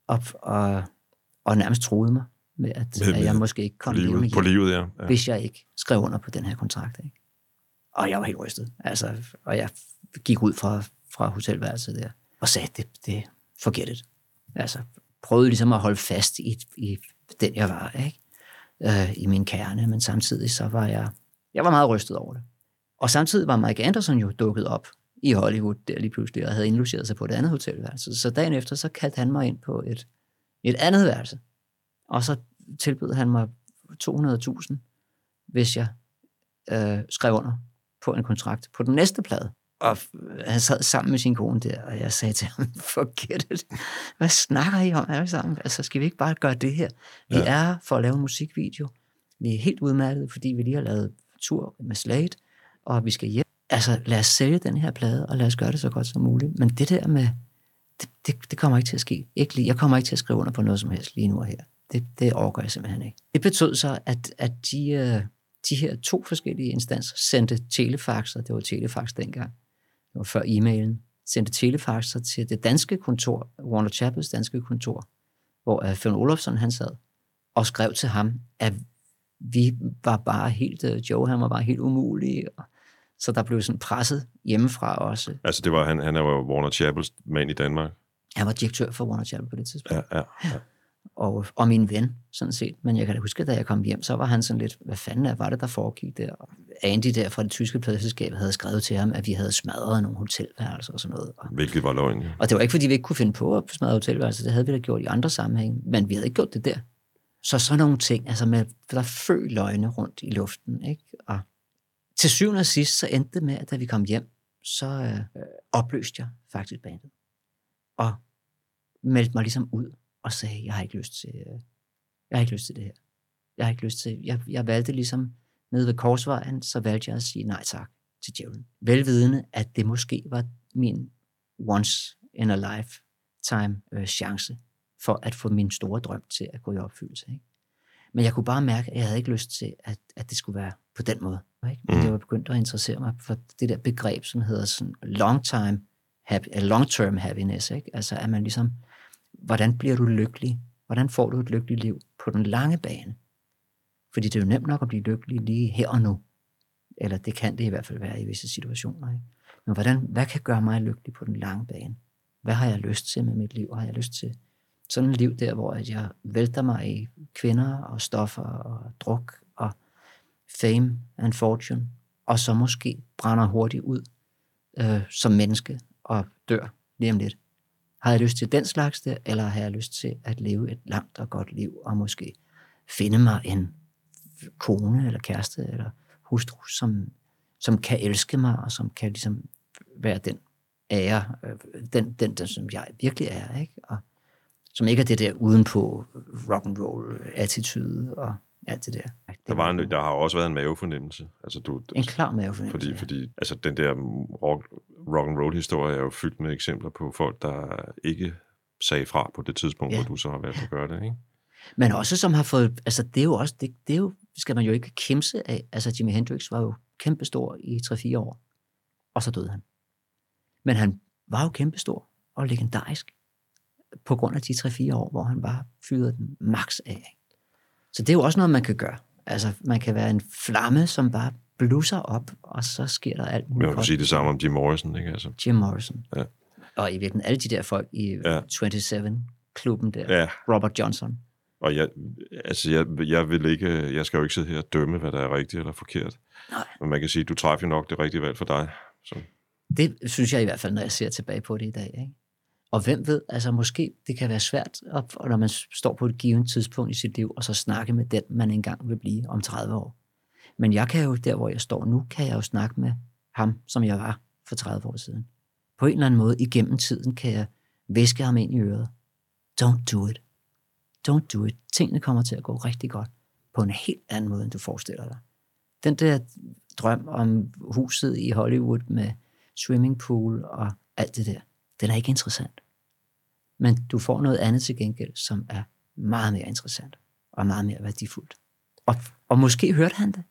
Og nærmest troede mig med, at jeg måske ikke kom hjem på livet, ja. Hvis jeg ikke skrev under på den her kontrakt, ikke? Og jeg var helt rystet. Altså, og jeg gik ud fra hotelværelset der og sagde, det forget it. Altså, prøvede ligesom at holde fast i den, jeg var, ikke? I min kerne, men samtidig så var jeg var meget rystet over det. Og samtidig var Mike Anderson jo dukket op i Hollywood der lige pludselig, og havde indlogeret sig på et andet hotelværelse. Så dagen efter, så kaldte han mig ind på et andet værelse. Og så tilbød han mig 200.000, hvis jeg skrev under på en kontrakt på den næste plade Og han sad sammen med sin kone der, og jeg sagde til ham, forget it. Hvad snakker I om alle sammen? Altså, skal vi ikke bare gøre det her? Vi er for at lave en musikvideo. Vi er helt udmærket, fordi vi lige har lavet tur med Slade, og vi skal hjem. Altså, lad os sælge den her plade, og lad os gøre det så godt som muligt. Men det der med, det kommer ikke til at ske. Ikke lige. Jeg kommer ikke til at skrive under på noget som helst lige nu og her. Det overgår jeg simpelthen ikke. Det betød så, at de her 2 forskellige instanser sendte telefaxer. Det var telefax dengang. Det var før e-mailen. Sendte telefaxer til det danske kontor, Warner Chappells danske kontor, hvor Finn Olofsson han sad, og skrev til ham, at vi var bare helt, Joe han var bare helt umulig, så der blev sådan presset hjemmefra også. Altså det var, han er jo Warner Chappells mand i Danmark? Han var direktør for Warner Chappell på det tidspunkt. Ja. Og min ven, sådan set. Men jeg kan da huske, da jeg kom hjem, så var han sådan lidt, hvad fanden var det, der foregik der? Og Andy der fra det tyske pladeselskab havde skrevet til ham, at vi havde smadret nogle hotelværelser og sådan noget. Hvilket var løgn, ja. Og det var ikke, fordi vi ikke kunne finde på at smadre hotelværelser. Det havde vi da gjort i andre sammenhæng, men vi havde ikke gjort det der. Så sådan nogle ting, altså med, der følte løgne rundt i luften, ikke? Og til syvende og sidst, så endte det med, at da vi kom hjem, så opløste jeg faktisk bandet. Og meldte mig ligesom ud og sagde, jeg har ikke lyst til det her. Jeg har ikke lyst til, jeg valgte ligesom nede ved Korsvejen, så valgte jeg at sige nej tak til djævlen. Velvidende, at det måske var min once in a lifetime chance for at få min store drøm til at gå i opfyldelse. Ikke? Men jeg kunne bare mærke, at jeg havde ikke lyst til, at det skulle være på den måde. Ikke? Men jeg var begyndt at interessere mig for det der begreb, som hedder sådan long-term happiness. Ikke? Altså, at man ligesom, hvordan bliver du lykkelig? Hvordan får du et lykkeligt liv på den lange bane? Fordi det er jo nemt nok at blive lykkelig lige her og nu. Eller det kan det i hvert fald være i visse situationer. Ikke? Men hvad kan gøre mig lykkelig på den lange bane? Hvad har jeg lyst til med mit liv? Har jeg lyst til sådan et liv der, hvor jeg vælter mig i kvinder og stoffer og druk og fame and fortune, og så måske brænder hurtigt ud som menneske og dør lige om lidt. Har jeg lyst til den slags der, eller har jeg lyst til at leve et langt og godt liv, og måske finde mig en kone eller kæreste eller hustru, som kan elske mig, og som kan ligesom være den ære, den som jeg virkelig er, ikke? Og som ikke er det der udenpå rock'n'roll attitude og alt det der. Der har også været en mavefornemmelse. Altså, en klar mavefornemmelse. Fordi altså, den der rock'n'roll-historie er jo fyldt med eksempler på folk, der ikke sagde fra på det tidspunkt, hvor du så har valgt at gøre det, ikke? Men også som har fået, altså det er jo også, det er jo, skal man jo ikke kimse af. Altså Jimi Hendrix var jo kæmpestor i 3-4 år, og så døde han. Men han var jo kæmpestor og legendarisk på grund af de 3-4 år, hvor han bare fyrede den max af. Så det er jo også noget, man kan gøre. Altså man kan være en flamme, som bare blusser op, og så sker der alt muligt. Men man kan sige det samme om Jim Morrison, ikke? Altså. Jim Morrison. Ja. Og i virkeligheden alle de der folk i 27-klubben der. Ja. Robert Johnson. Og jeg vil ikke, jeg skal jo ikke sidde her og dømme, hvad der er rigtigt eller forkert. Nej. Men man kan sige, at du træffer nok det rigtige valg for dig. Så. Det synes jeg i hvert fald, når jeg ser tilbage på det i dag. Ikke? Og hvem ved, altså måske det kan være svært, når man står på et givet tidspunkt i sit liv, og så snakke med den, man engang vil blive om 30 år. Men jeg kan jo, der hvor jeg står nu, kan jeg jo snakke med ham, som jeg var for 30 år siden. På en eller anden måde, igennem tiden, kan jeg hviske ham ind i øret. Don't do it. Don't do it. Tingene kommer til at gå rigtig godt på en helt anden måde, end du forestiller dig. Den der drøm om huset i Hollywood med swimmingpool og alt det der, den er ikke interessant. Men du får noget andet til gengæld, som er meget mere interessant og meget mere værdifuldt. Og måske hørte han det.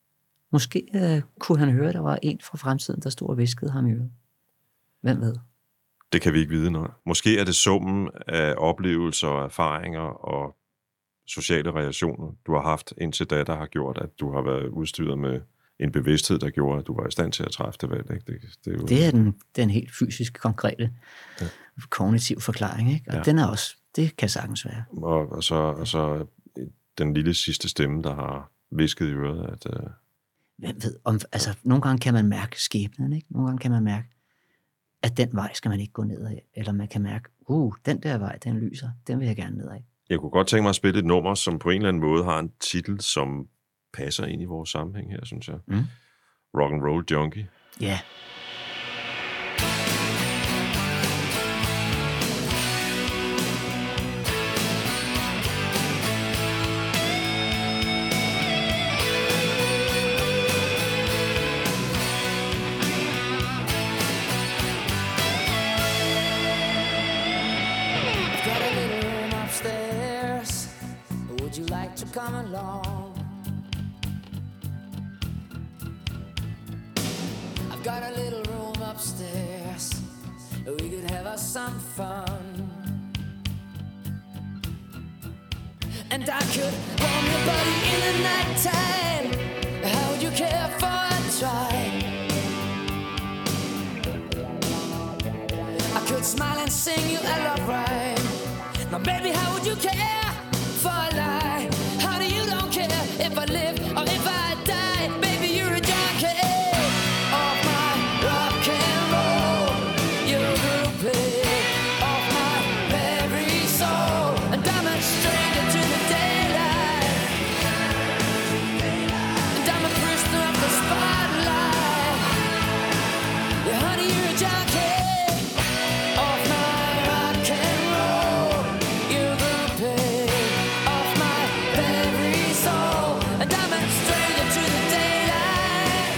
Måske kunne han høre, at der var en fra fremtiden, der stod og hviskede ham i øret. Hvem ved? Det kan vi ikke vide noget. Måske er det summen af oplevelser og erfaringer og sociale reaktioner, du har haft indtil da, der har gjort, at du har været udstyret med en bevidsthed, der gjorde, at du var i stand til at træffe det valg. Ikke? Det er den helt fysisk konkrete kognitiv forklaring. Ikke? Og den er også, det kan sagtens være. Og så den lille sidste stemme, der har visket i øret, at... Hvem ved, altså nogle gange kan man mærke skæbnen, ikke? Nogle gange kan man mærke, at den vej skal man ikke gå ned ad. Eller man kan mærke, den der vej, den lyser, den vil jeg gerne ned ad. Jeg kunne godt tænke mig at spille et nummer, som på en eller anden måde har en titel, som passer ind i vores sammenhæng her, synes jeg. Rock'n'Roll Junkie. Ja. like to come along? I've got a little room upstairs. We could have us some fun. And I could warm your body in the nighttime. How would you care for a try? I could smile and sing you a love rhyme. Now baby, how would you care for a lie? Honey, you don't care if I live or if I die. Baby, you're a junkie of my rock and roll. You're a groupie of my very soul. And I'm a stranger to the daylight. And I'm a prisoner of the spotlight. Yeah, honey, you're a junkie of my rock and roll. You're a groupie of my very soul. And I'm a stranger to the daylight.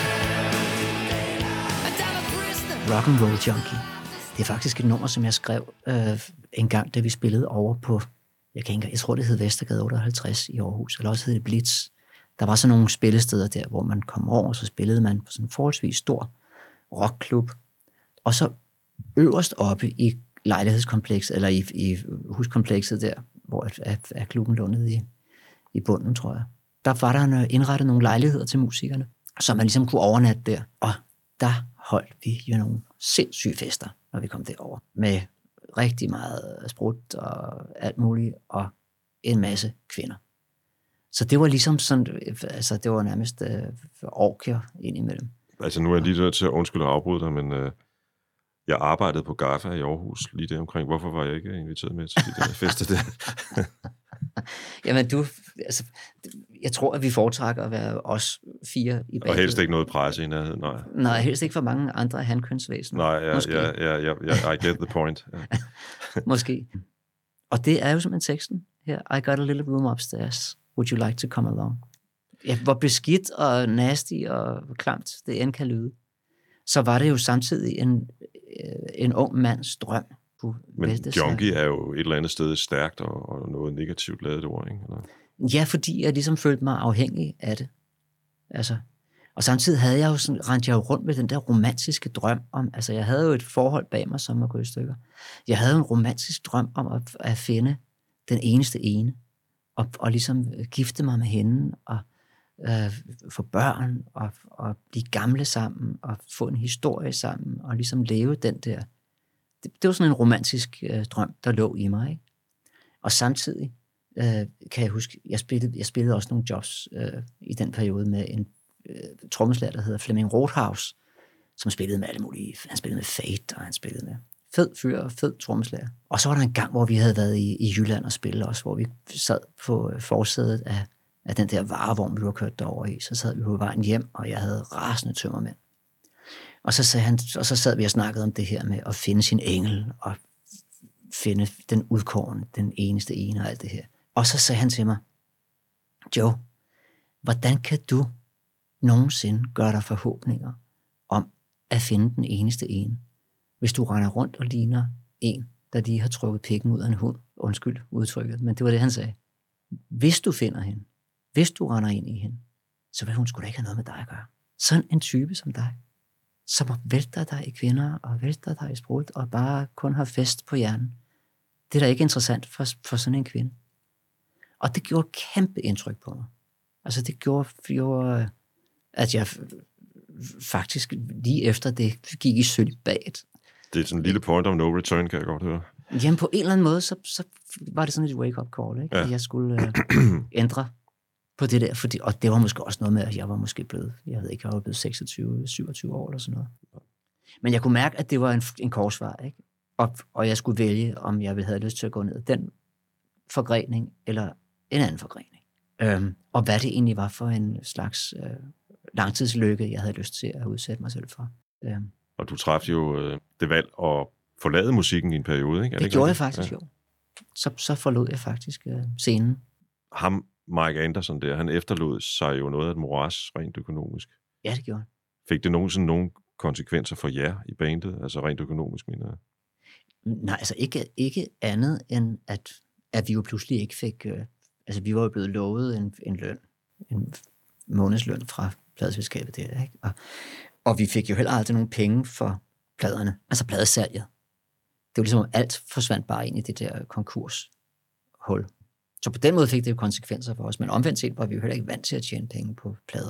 And I'm a prisoner. Rock and Roll Junkie. Det er faktisk et nummer, som jeg skrev en gang, da vi spillede over på, jeg tror det hed Vestergade 58 i Aarhus, eller også hed det Blitz. Der var sådan nogle spillesteder der, hvor man kom over, så spillede man på sådan en forholdsvis stor rockklub. Og så øverst oppe i lejlighedskomplekset, eller i huskomplekset der, hvor er klubben lå nede i bunden, tror jeg. Der var der indrettet nogle lejligheder til musikerne, så man ligesom kunne overnatte der. Og der holdt vi jo nogle sindssyge fester, når vi kom derover, med rigtig meget sprut og alt muligt, og en masse kvinder. Så det var ligesom sådan, altså det var nærmest orkier indimellem. Altså nu er jeg lige nødt til at undskylde og afbryde dig, men jeg arbejdede på GAFA i Aarhus lige der omkring. Hvorfor var jeg ikke inviteret med til de der fester der? Jamen jeg tror, at vi foretrækker at være os 4 i badet. Og helst ikke noget presse i nærheden, nej. Nej, helst ikke for mange andre handkønsvæsener. Nej, I get the point. Ja. Måske. Og det er jo simpelthen teksten her. I got a little room upstairs. Would you like to come along? Ja, hvor beskidt og nasty og klamt det end kan lyde. Så var det jo samtidig en ung mands drøm. Men junkie er jo et eller andet sted stærkt og noget negativt lavet ord, ikke? Eller? Ja, fordi jeg ligesom følte mig afhængig af det. Altså, og samtidig havde jeg jo rendte jeg jo rundt med den der romantiske drøm om, altså jeg havde jo et forhold bag mig, som var gået i stykker. Jeg havde en romantisk drøm om at finde den eneste ene, og ligesom gifte mig med hende, og få børn, og blive gamle sammen, og få en historie sammen, og ligesom leve den der. Det var sådan en romantisk drøm, der lå i mig, ikke? Og samtidig kan jeg huske, jeg spillede også nogle jobs i den periode med en trommeslager, der hedder Flemming Rothaus, som spillede med alle mulige. Han spillede med Fate, og han spillede med fed fyr og fed trommeslager. Og så var der en gang, hvor vi havde været i Jylland og spille også, hvor vi sad på forsædet af den der varevogn, vi var kørt derover i. Så sad vi på vejen hjem, og jeg havde rasende tømmermænd. Og så sad vi og snakkede om det her med at finde sin engel, og finde den udkårne, den eneste ene og alt det her. Og så sagde han til mig, Joe, hvordan kan du nogensinde gøre dig forhåbninger om at finde den eneste ene, hvis du render rundt og ligner en, der lige har trukket pikken ud af en hund? Undskyld udtrykket, men det var det, han sagde. Hvis du finder hende, hvis du render ind i hende, så vil hun sgu da ikke have noget med dig at gøre. Sådan en type som dig, som vælter dig i kvinder og vælter dig i sprut og bare kun har fest på hjernen. Det er da ikke interessant for sådan en kvinde. Og det gjorde kæmpe indtryk på mig. Altså det gjorde at jeg faktisk lige efter det gik i cølibat. Det er sådan en lille point of no return, kan jeg godt høre. Jamen på en eller anden måde, så var det sådan et wake-up call, ikke? Ja. At jeg skulle ændre på det der, og det var måske også noget med, at jeg var måske blevet, jeg ved ikke, jeg var blevet 26, 27 år eller sådan noget. Men jeg kunne mærke, at det var en korsvej, ikke? Og jeg skulle vælge, om jeg havde lyst til at gå ned den forgrening, eller en anden forgrening. Og hvad det egentlig var for en slags langtidslykke, jeg havde lyst til at udsætte mig selv for. Og du træffede jo det valg at forlade musikken i en periode, ikke? Det gjorde jeg faktisk, jo. Så forlod jeg faktisk scenen. Ham, Mike Anderson der, han efterlod sig jo noget af et moras rent økonomisk. Ja, det gjorde han. Fik det nogensinde nogle konsekvenser for jer i bandet, altså rent økonomisk, mener jeg? Nej, altså ikke andet end, at vi jo pludselig ikke fik Altså, vi var jo blevet lovet en løn, en månedsløn fra pladeselskabet der, ikke? Og vi fik jo heller aldrig nogen penge for pladerne, altså pladesalget. Det var ligesom, at alt forsvandt bare ind i det der konkurshul. Så på den måde fik det jo konsekvenser for os, men omvendt set var vi jo heller ikke vant til at tjene penge på plader.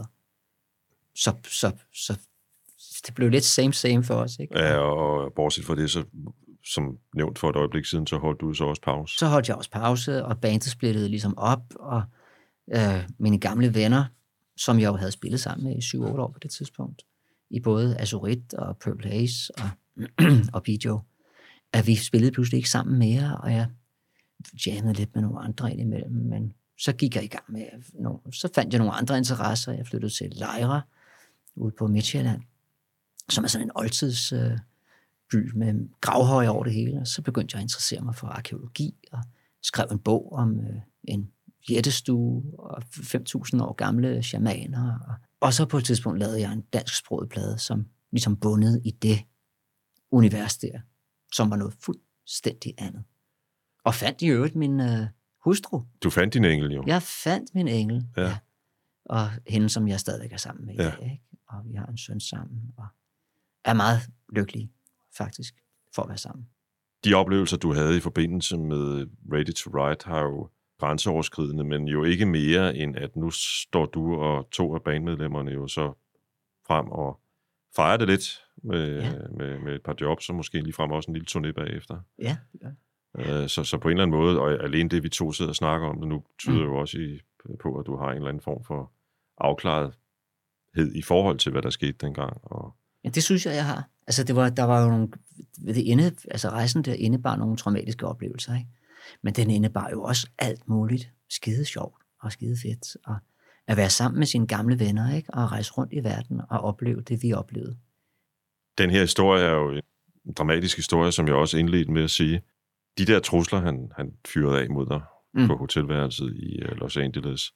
Så det blev lidt same for os, ikke? Ja, og bortset fra det, så som nævnt for et øjeblik siden, så holdt du så også pause. Så holdt jeg også pause, og bandet splittede ligesom op, og mine gamle venner, som jeg jo havde spillet sammen med i 7-8 år på det tidspunkt, i både Azurit og Purple Haze og Bijo, at vi spillede pludselig ikke sammen mere, og jeg jammede lidt med nogle andre indimellem, men så gik jeg i gang med så fandt jeg nogle andre interesser. Jeg flyttede til Lejre, ude på Midtjylland, som er sådan en oldtidsby med gravhøje over det hele, og så begyndte jeg at interessere mig for arkæologi, og skrev en bog om en jættestue og 5.000 år gamle shamaner, og så på et tidspunkt lavede jeg en dansksproget plade, som ligesom bundet i det univers der, som var noget fuldstændig andet. Og fandt i øvrigt min hustru. Du fandt din engel, jo. Jeg fandt min engel, ja. Og hende, som jeg stadigvæk er sammen med i dag, ikke? Og vi har en søn sammen, og er meget lykkelige, faktisk, for at være sammen. De oplevelser, du havde i forbindelse med Ready to Ride, har jo grænseoverskridende, men jo ikke mere end, at nu står du og 2 af bandmedlemmerne jo så frem og fejrer det lidt med et par jobs, og måske ligefrem også en lille turné bagefter. Ja. Så på en eller anden måde, og alene det, vi 2 sidder og snakker om det nu, tyder jo også på, at du har en eller anden form for afklarethed i forhold til, hvad der skete dengang. Ja, det synes jeg har. Altså, der var jo nogle... rejsen der indebar nogle traumatiske oplevelser, ikke? Men den indebar jo også alt muligt skide sjovt og skide fedt. Og at være sammen med sine gamle venner, ikke? Og rejse rundt i verden og opleve det, vi oplevede. Den her historie er jo en dramatisk historie, som jeg også indledte med at sige. De der trusler, han fyrede af mod dig på hotelværelset i Los Angeles.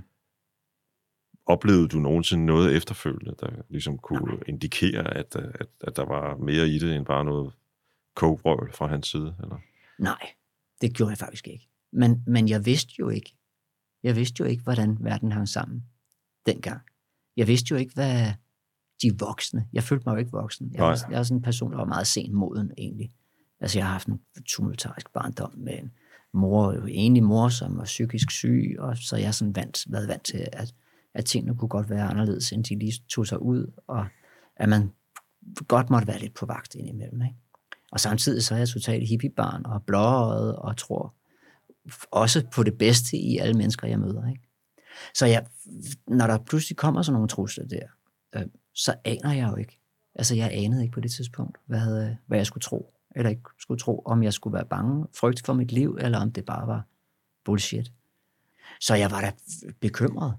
Oplevede du nogensinde noget efterfølgende, der ligesom kunne indikere, at der var mere i det, end bare noget kogebrøl fra hans side? Eller? Nej, det gjorde jeg faktisk ikke. Men jeg vidste jo ikke. Jeg vidste jo ikke, hvordan verden hang sammen dengang. Jeg vidste jo ikke, hvad de voksne... Jeg følte mig jo ikke voksen. Jeg er sådan en person, der var meget sent moden, egentlig. Altså, jeg har haft en tumultarisk barndom med en enlig mor, som var psykisk syg, og så er jeg sådan været vant til, at tingene kunne godt være anderledes, end de lige tog sig ud, og at man godt måtte være lidt på vagt indimellem, ikke? Og samtidig så er jeg totalt hippiebarn og blåøjet, og tror også på det bedste i alle mennesker, jeg møder, ikke? Så når der pludselig kommer sådan nogle trusler der, så aner jeg jo ikke. Altså, jeg anede ikke på det tidspunkt, hvad jeg skulle tro, eller ikke skulle tro, om jeg skulle være bange, frygt for mit liv, eller om det bare var bullshit. Så jeg var da bekymret.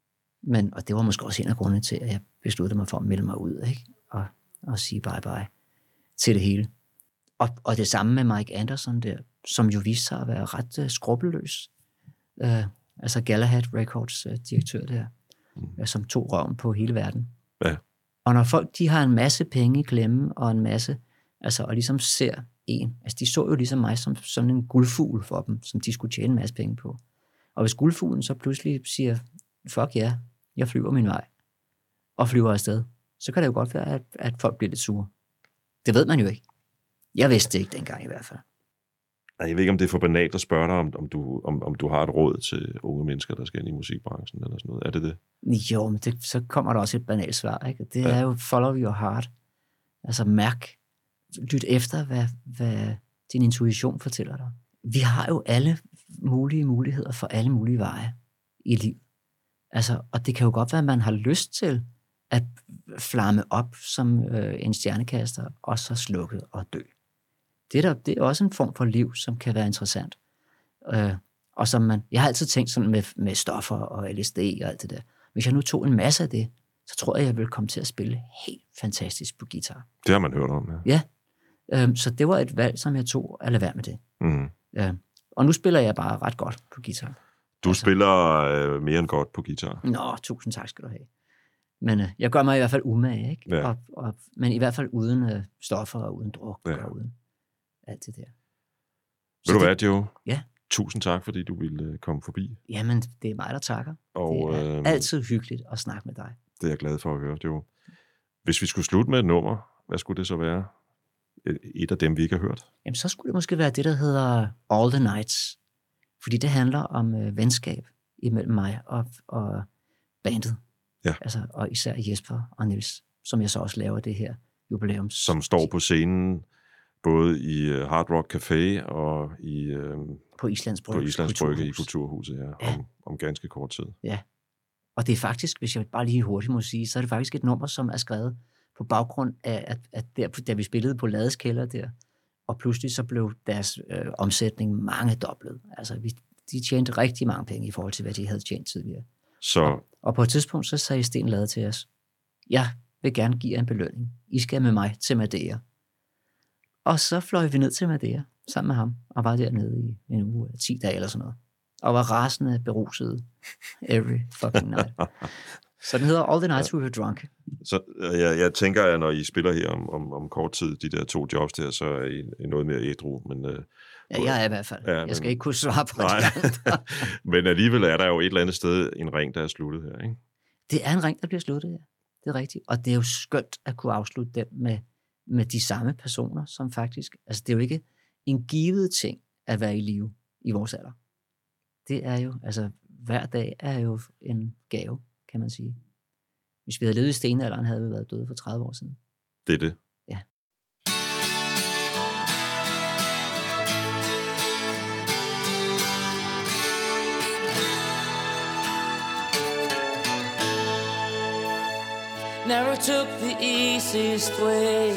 Og det var måske også en af grundene til, at jeg besluttede mig for at melde mig ud, ikke? Og sige bye-bye til det hele. Og det samme med Mike Anderson der, som jo viste sig at være ret skrupelløs. Altså Galahad Records direktør der, som tog røven på hele verden. Ja. Og når folk, de har en masse penge i klemme, og en masse, altså, og ligesom ser en, altså de så jo ligesom mig som sådan en guldfugl for dem, som de skulle tjene en masse penge på. Og hvis guldfuglen så pludselig siger, fuck ja, jeg flyver min vej, og flyver afsted, så kan det jo godt være, at folk bliver lidt sure. Det ved man jo ikke. Jeg vidste det ikke dengang i hvert fald. Jeg ved ikke, om det er for banalt at spørge dig, om du har et råd til unge mennesker, der skal ind i musikbranchen eller sådan noget. Er det det? Jo, men så kommer der også et banalt svar, ikke? Det er jo follow your heart. Altså mærk, lyt efter, hvad din intuition fortæller dig. Vi har jo alle mulige muligheder for alle mulige veje i liv. Altså, og det kan jo godt være, at man har lyst til at flamme op som en stjernekaster, og så slukke og dø. Det er også en form for liv, som kan være interessant. Og som jeg har altid tænkt sådan med stoffer og LSD og alt det der. Hvis jeg nu tog en masse af det, så tror jeg vil komme til at spille helt fantastisk på guitar. Det har man hørt om, ja. Så det var et valg, som jeg tog at lade være med det. Og nu spiller jeg bare ret godt på guitar. Du spiller mere end godt på guitar. Nå, tusind tak skal du have. Men jeg gør mig i hvert fald umage, ikke? Ja. Men i hvert fald uden stoffer og uden druk og uden alt det der. Ved du hvad, Joe? Ja. tusind tak, fordi du ville komme forbi. Jamen, det er mig, der takker. Og, det er altid hyggeligt at snakke med dig. Det er jeg glad for at høre, Jo. Hvis vi skulle slutte med et nummer, hvad skulle det så være? Et af dem, vi ikke har hørt? Jamen, så skulle det måske være det, der hedder All the Nights. Fordi det handler om venskab imellem mig og bandet. Ja. Altså, og især Jesper og Niels, som jeg så også laver det her jubilæums. Som står på scenen både i Hard Rock Café og i på Islands Brygge i Kulturhuset om ganske kort tid. Ja, og det er faktisk, hvis jeg bare lige hurtigt må sige, så er det faktisk et nummer, som er skrevet på baggrund af, at da vi spillede på Lades kælder der, og pludselig så blev deres omsætning mangedoblet. Altså, de tjente rigtig mange penge i forhold til, hvad de havde tjent tidligere. Og på et tidspunkt, så sagde Sten Lade til os, jeg vil gerne give jer en belønning. I skal med mig til Madeira. Og så fløj vi ned til Madeira sammen med ham, og var dernede i en uge, 10 dage eller sådan noget. Og var rasende beruset every fucking night. Så den hedder All the Nights We Were Drunk. Så jeg tænker, at når I spiller her om kort tid, de der 2 jobs der, så er I noget mere ædru. Men, ja, jeg er i hvert fald. Ja, jeg skal ikke kunne svare på det. Men alligevel er der jo et eller andet sted en ring, der er sluttet her, ikke? Det er en ring, der bliver sluttet, ja. Det er rigtigt. Og det er jo skønt at kunne afslutte den med de samme personer, som faktisk... Altså, det er jo ikke en givet ting at være i live i vores alder. Det er jo... Altså, hver dag er jo en gave, kan man sige. Hvis vi havde levet i stenalderen, havde vi været døde for 30 år siden. Det er det. Ja. Never took the easiest way.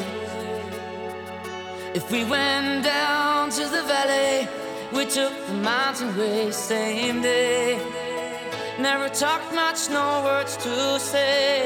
If we went down to the valley, we took the mountain way same day. Never talked much, no words to say.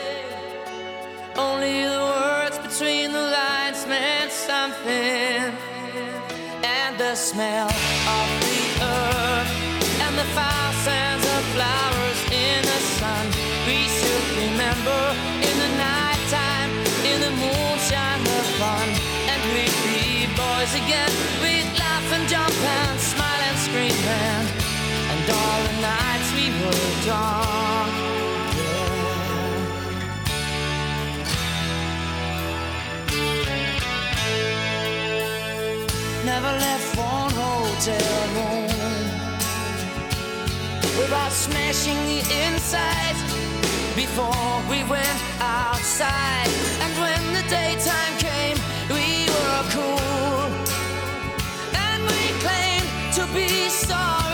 Only the words between the lines meant something. And the smell of the earth and the foul scents of flowers in the sun. We should remember in the nighttime, in the moonshine, the fun. And we'd be boys again. We'd laugh and jump and smile and scream and all the nights we were drunk. Never left one hotel room without smashing the inside before we went outside. And when the daytime came, we were cool, and we claimed to be stars.